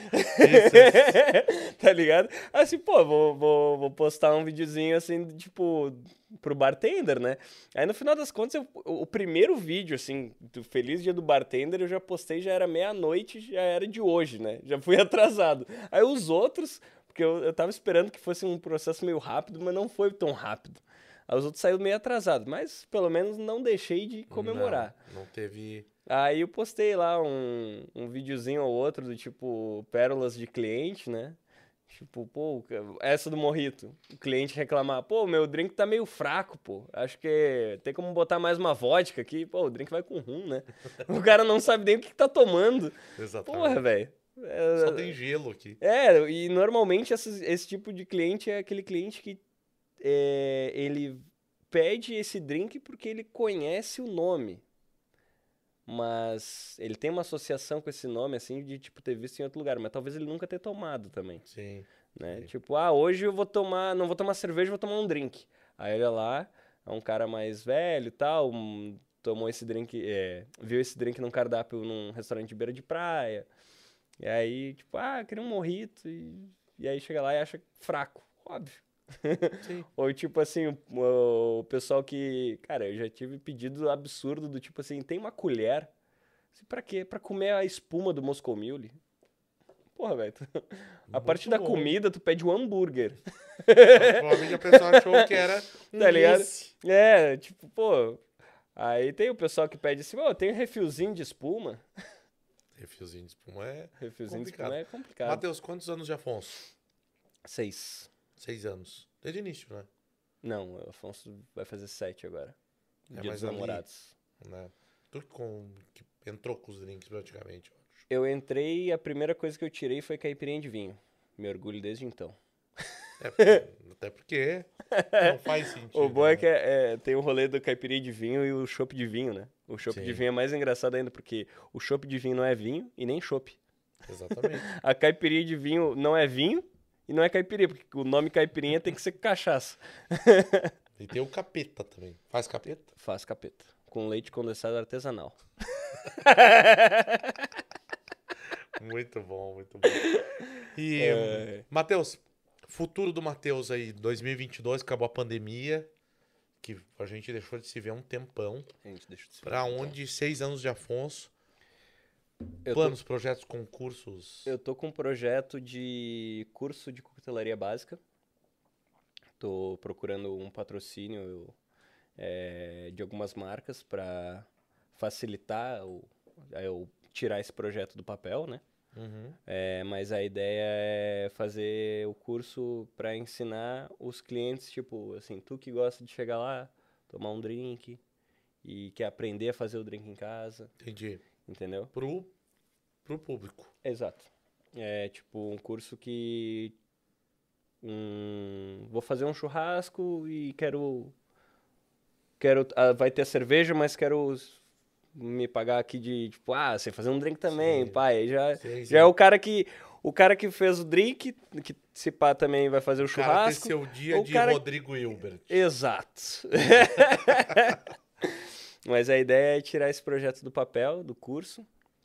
Tá ligado? Assim, pô, vou, vou, vou postar um videozinho assim, tipo, pro bartender, né? Aí no final das contas, eu- o, o primeiro vídeo, assim, do Feliz Dia do Bartender, eu já postei, já era meia-noite, já era de hoje, né? Já fui atrasado. Aí os outros, porque eu, eu tava esperando que fosse um processo meio rápido, mas não foi tão rápido. Aí os outros saíram meio atrasados, mas pelo menos não deixei de comemorar. Não, não teve. Aí eu postei lá um, um videozinho ou outro do tipo pérolas de cliente, né? Tipo, pô, essa do morrito. O cliente reclamar, pô, meu drink tá meio fraco, pô. Acho que tem como botar mais uma vodka aqui. Pô, o drink vai com rum, né? O cara não sabe nem o que, que tá tomando. Exatamente. Porra, velho. É, Só tem gelo aqui. é, e normalmente esses- esse tipo de cliente é aquele cliente que é, ele pede esse drink porque ele conhece o nome. Mas ele tem uma associação com esse nome, assim, de, tipo, ter visto em outro lugar. Mas talvez ele nunca tenha tomado também, Sim. né? Sim. Tipo, ah, hoje eu vou tomar... Não vou tomar cerveja, vou tomar um drink. Aí olha lá, é um cara mais velho e tal, um- tomou esse drink... é, viu esse drink num cardápio num restaurante de beira de praia. E aí, tipo, ah, queria um morrito. E, e aí chega lá e acha fraco. Óbvio. Sim. Ou tipo assim, o, o pessoal que... Cara, eu já tive pedido absurdo do tipo assim, tem uma colher. Assim, pra quê? Pra comer a espuma do Moscow Mule. Porra, velho. tu- A Muito parte da bom. comida, tu pede um hambúrguer. Provavelmente a pessoa achou que era um Tá ligado? mousse. É, tipo, pô... Aí tem o pessoal que pede assim, ô, tem um refilzinho de espuma. Refilzinho de espuma é Refilzinho de complicado. espuma é complicado. Matheus, quantos anos de Afonso? Seis. Seis anos. Desde o início, né? Não, o Afonso vai fazer sete agora. É, Dia mas dos ali- namorados. né? Tu que, com, que entrou com os drinks praticamente, eu acho. Eu entrei e a primeira coisa que eu tirei foi caipirinha de vinho. Me orgulho desde então. É, porque- até porque Não faz sentido. O bom é né? que é, é, tem o rolê do caipirinha de vinho e o chopp de vinho, né? O chopp Sim. de vinho é mais engraçado ainda, porque o chopp de vinho não é vinho e nem chopp. Exatamente. A caipirinha de vinho não é vinho e não é caipirinha, porque o nome caipirinha tem que ser cachaça. E tem o capeta também. Faz capeta? Faz capeta. Com leite condensado artesanal. Muito bom, muito bom. E, É. Matheus, futuro do Matheus aí, dois mil e vinte e dois, acabou a pandemia, que a gente deixou de se ver há um tempão. A gente deixa de se Pra ver, então. onde? Seis anos de Afonso. Eu tô, Planos, projetos, concursos. eu tô com um projeto de curso de coquetelaria básica. Tô procurando um patrocínio eu, é, de algumas marcas para facilitar o, eu tirar esse projeto do papel, né? Uhum. É, mas a ideia é fazer o curso para ensinar os clientes, tipo, assim, tu que gosta de chegar lá, tomar um drink e quer aprender a fazer o drink em casa, Entendi. entendeu? Pro, pro público. Exato. É tipo um curso que hum, vou fazer um churrasco e quero quero ah, vai ter cerveja, mas quero s- me pagar aqui de tipo, ah, sei fazer um drink também, Sim. pai. Já Sim, sim. já é o cara que o cara que fez o drink, que se pá também vai fazer o O cara ter churrasco. seu dia o de cara- Rodrigo Hilbert. Exato. Mas a ideia é tirar esse projeto do papel, do curso.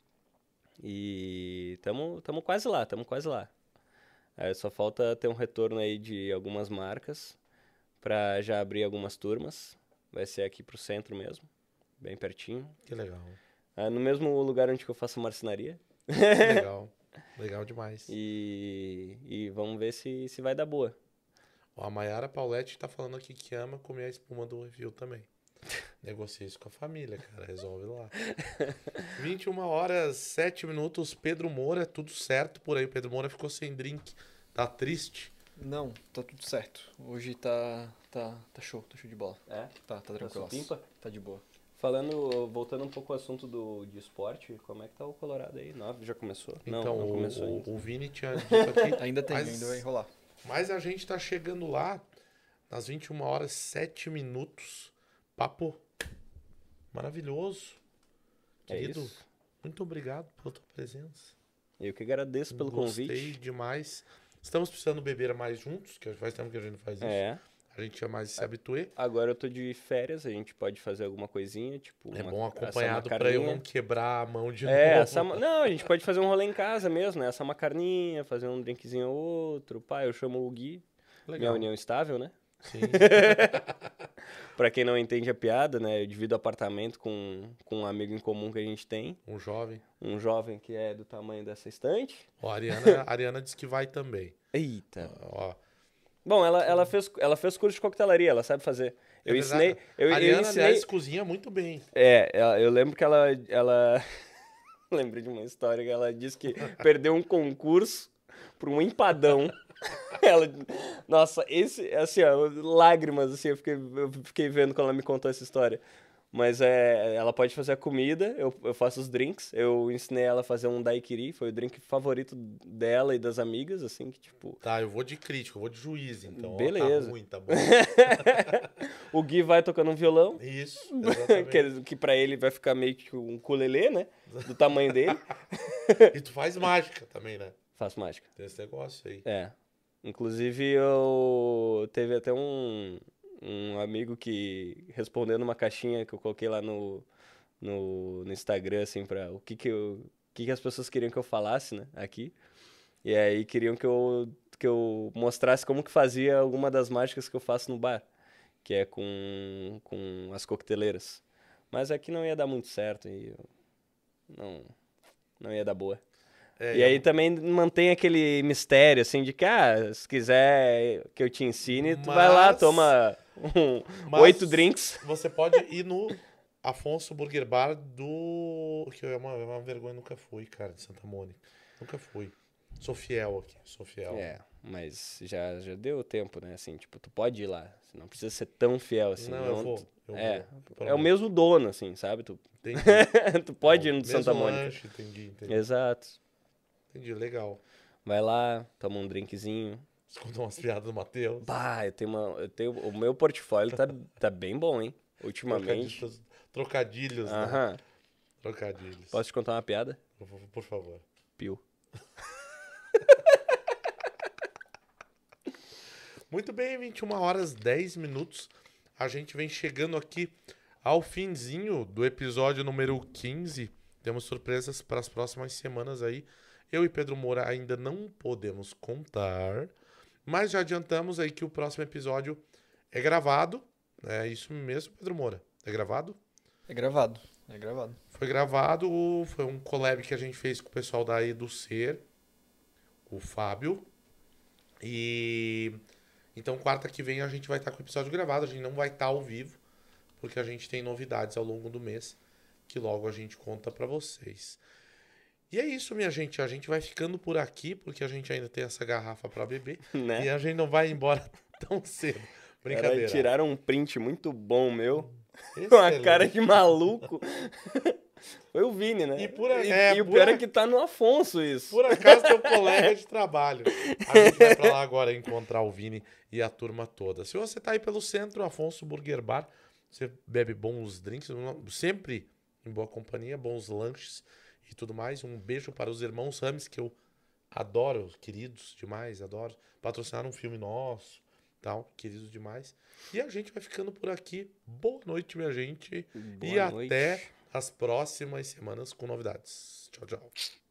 E estamos tamo quase lá, estamos quase lá. Aí só falta ter um retorno aí de algumas marcas para já abrir algumas turmas. Vai ser aqui pro centro mesmo, bem pertinho. Que legal. Ah, no mesmo lugar onde que eu faço marcenaria. Que legal. Legal demais. E, e vamos ver se, se vai dar boa. Ó, a Mayara Pauletti tá falando aqui que ama comer a espuma do Review também. Negocia isso com a família, cara. Resolve lá. vinte e uma horas, sete minutos. Pedro Moura, tudo certo por aí. O Pedro Moura ficou sem drink. Tá triste. Não, tá tudo certo. Hoje tá, tá, tá show, tá show de bola. É? Tá, tá tranquilo. supimpa? Tá de boa. Falando, voltando um pouco ao assunto do, de esporte, como é que tá o Colorado aí? Nove já começou? Então, não, não o, começou o, ainda. o Vini tinha dito aqui. Ainda tem, mas, ainda vai enrolar. Mas a gente tá chegando lá nas vinte e uma horas, sete minutos. Papo maravilhoso. É Querido, isso. muito obrigado pela tua presença. Eu que agradeço pelo Gostei convite. demais. Estamos precisando beber mais juntos, que faz tempo que a gente não faz isso. É. A gente é mais se habituê. Agora eu tô de férias, a gente pode fazer alguma coisinha, tipo. É uma- bom assar uma acompanhado pra eu carninha. não quebrar a mão de É, novo. assar uma... não, a gente pode fazer um rolê em casa mesmo, né? Assar uma carninha, fazer um drinkzinho ou outro. Pá, eu chamo o Gui, minha Legal. união estável, né? Sim. Pra quem não entende a piada, né? Eu divido apartamento com, com um amigo em comum que a gente tem. Um jovem. Um jovem que é do tamanho dessa estante. Ó, a Ariana, a Ariana disse que vai também. Eita. Ó, Bom, ela, ela, fez, ela fez curso de coquetelaria, ela sabe fazer. é Eu verdade. ensinei. Eu, a eu Ariana, ensinei. aliás, cozinha muito bem. É, ela- eu lembro que ela. ela... Lembro de uma história que ela disse que perdeu um concurso por um empadão. Ela, nossa, esse, assim, ó, lágrimas, assim, eu fiquei, eu fiquei vendo quando ela me contou essa história. Mas é, ela pode fazer a comida, eu, eu faço os drinks. Eu ensinei ela a fazer um daiquiri, foi o drink favorito dela e das amigas, assim, que tipo. Tá, eu vou de crítico, eu vou de juiz, então. Ó, Beleza. tá ruim, tá bom. O Gui vai tocando um violão, Isso, que, exatamente. que pra ele vai ficar meio que um ukulele, né? Do tamanho dele. E tu faz mágica também, né? Faço mágica. Tem esse negócio aí. É. Inclusive, eu teve até um, um amigo que respondendo uma caixinha que eu coloquei lá no, no, no Instagram, assim, pra o que que, eu, o que que as pessoas queriam que eu falasse, né, aqui. E aí queriam que eu, que eu mostrasse como que fazia alguma das mágicas que eu faço no bar, que é com, com as coqueteleiras. Mas aqui não ia dar muito certo e eu não, não ia dar boa. É, E aí também mantém aquele mistério, assim, de que, ah, se quiser que eu te ensine, tu vai lá, Mas- toma um, Mas oito drinks. Você pode ir no Afonso Burger Bar do... Que é uma, é uma vergonha, nunca fui, cara, de Santa Mônica. Nunca fui. Sou fiel aqui, sou fiel. É, mas já, já deu tempo, né, assim, tipo, tu pode ir lá, você não precisa ser tão fiel, assim. Não, eu vou. Eu é, vou, é o prometo. mesmo dono, assim, sabe? Tu, Entendi. tu pode ir no Mesmo Santa Mônica. lanche, entendi, entendi. Exato. Entendi, legal. Vai lá, toma um drinkzinho, Você contou umas piadas do Matheus. Bah, eu tenho uma. Eu tenho, o meu portfólio tá, tá bem bom, hein? Ultimamente. Trocadilhos, trocadilhos, né? Aham. Trocadilhos. Posso te contar uma piada? Por, por favor. Pio. Muito bem, vinte e uma horas, dez minutos. A gente vem chegando aqui ao finzinho do episódio número quinze. Temos surpresas para as próximas semanas aí. Eu e Pedro Moura ainda não podemos contar, mas já adiantamos aí que o próximo episódio é gravado. É isso mesmo, Pedro Moura? É gravado? É gravado, é gravado. Foi gravado, foi um collab que a gente fez com o pessoal da EduSer, o Fábio. E então quarta que vem a gente vai estar com o episódio gravado, a gente não vai estar ao vivo, porque a gente tem novidades ao longo do mês, que logo a gente conta pra vocês. E é isso, minha gente, a gente vai ficando por aqui, porque a gente ainda tem essa garrafa pra beber, Né? e a gente não vai embora tão cedo. Brincadeira. Cara, tiraram um print muito bom meu. Com a Excelente. cara de maluco. Foi o Vini, né? E por a- e, é, e o por pior a- é que tá no Afonso isso. Por acaso, teu colega de trabalho. A gente vai pra lá agora encontrar o Vini e a turma toda. Se você tá aí pelo centro, Afonso Burger Bar, você bebe bons drinks, sempre em boa companhia, bons lanches e tudo mais. Um beijo para os irmãos Rames, que eu adoro, queridos demais, adoro. Patrocinaram um filme nosso, tal, queridos demais. E a gente vai ficando por aqui. Boa noite, minha gente. Boa e noite. até as próximas semanas com novidades. Tchau, tchau.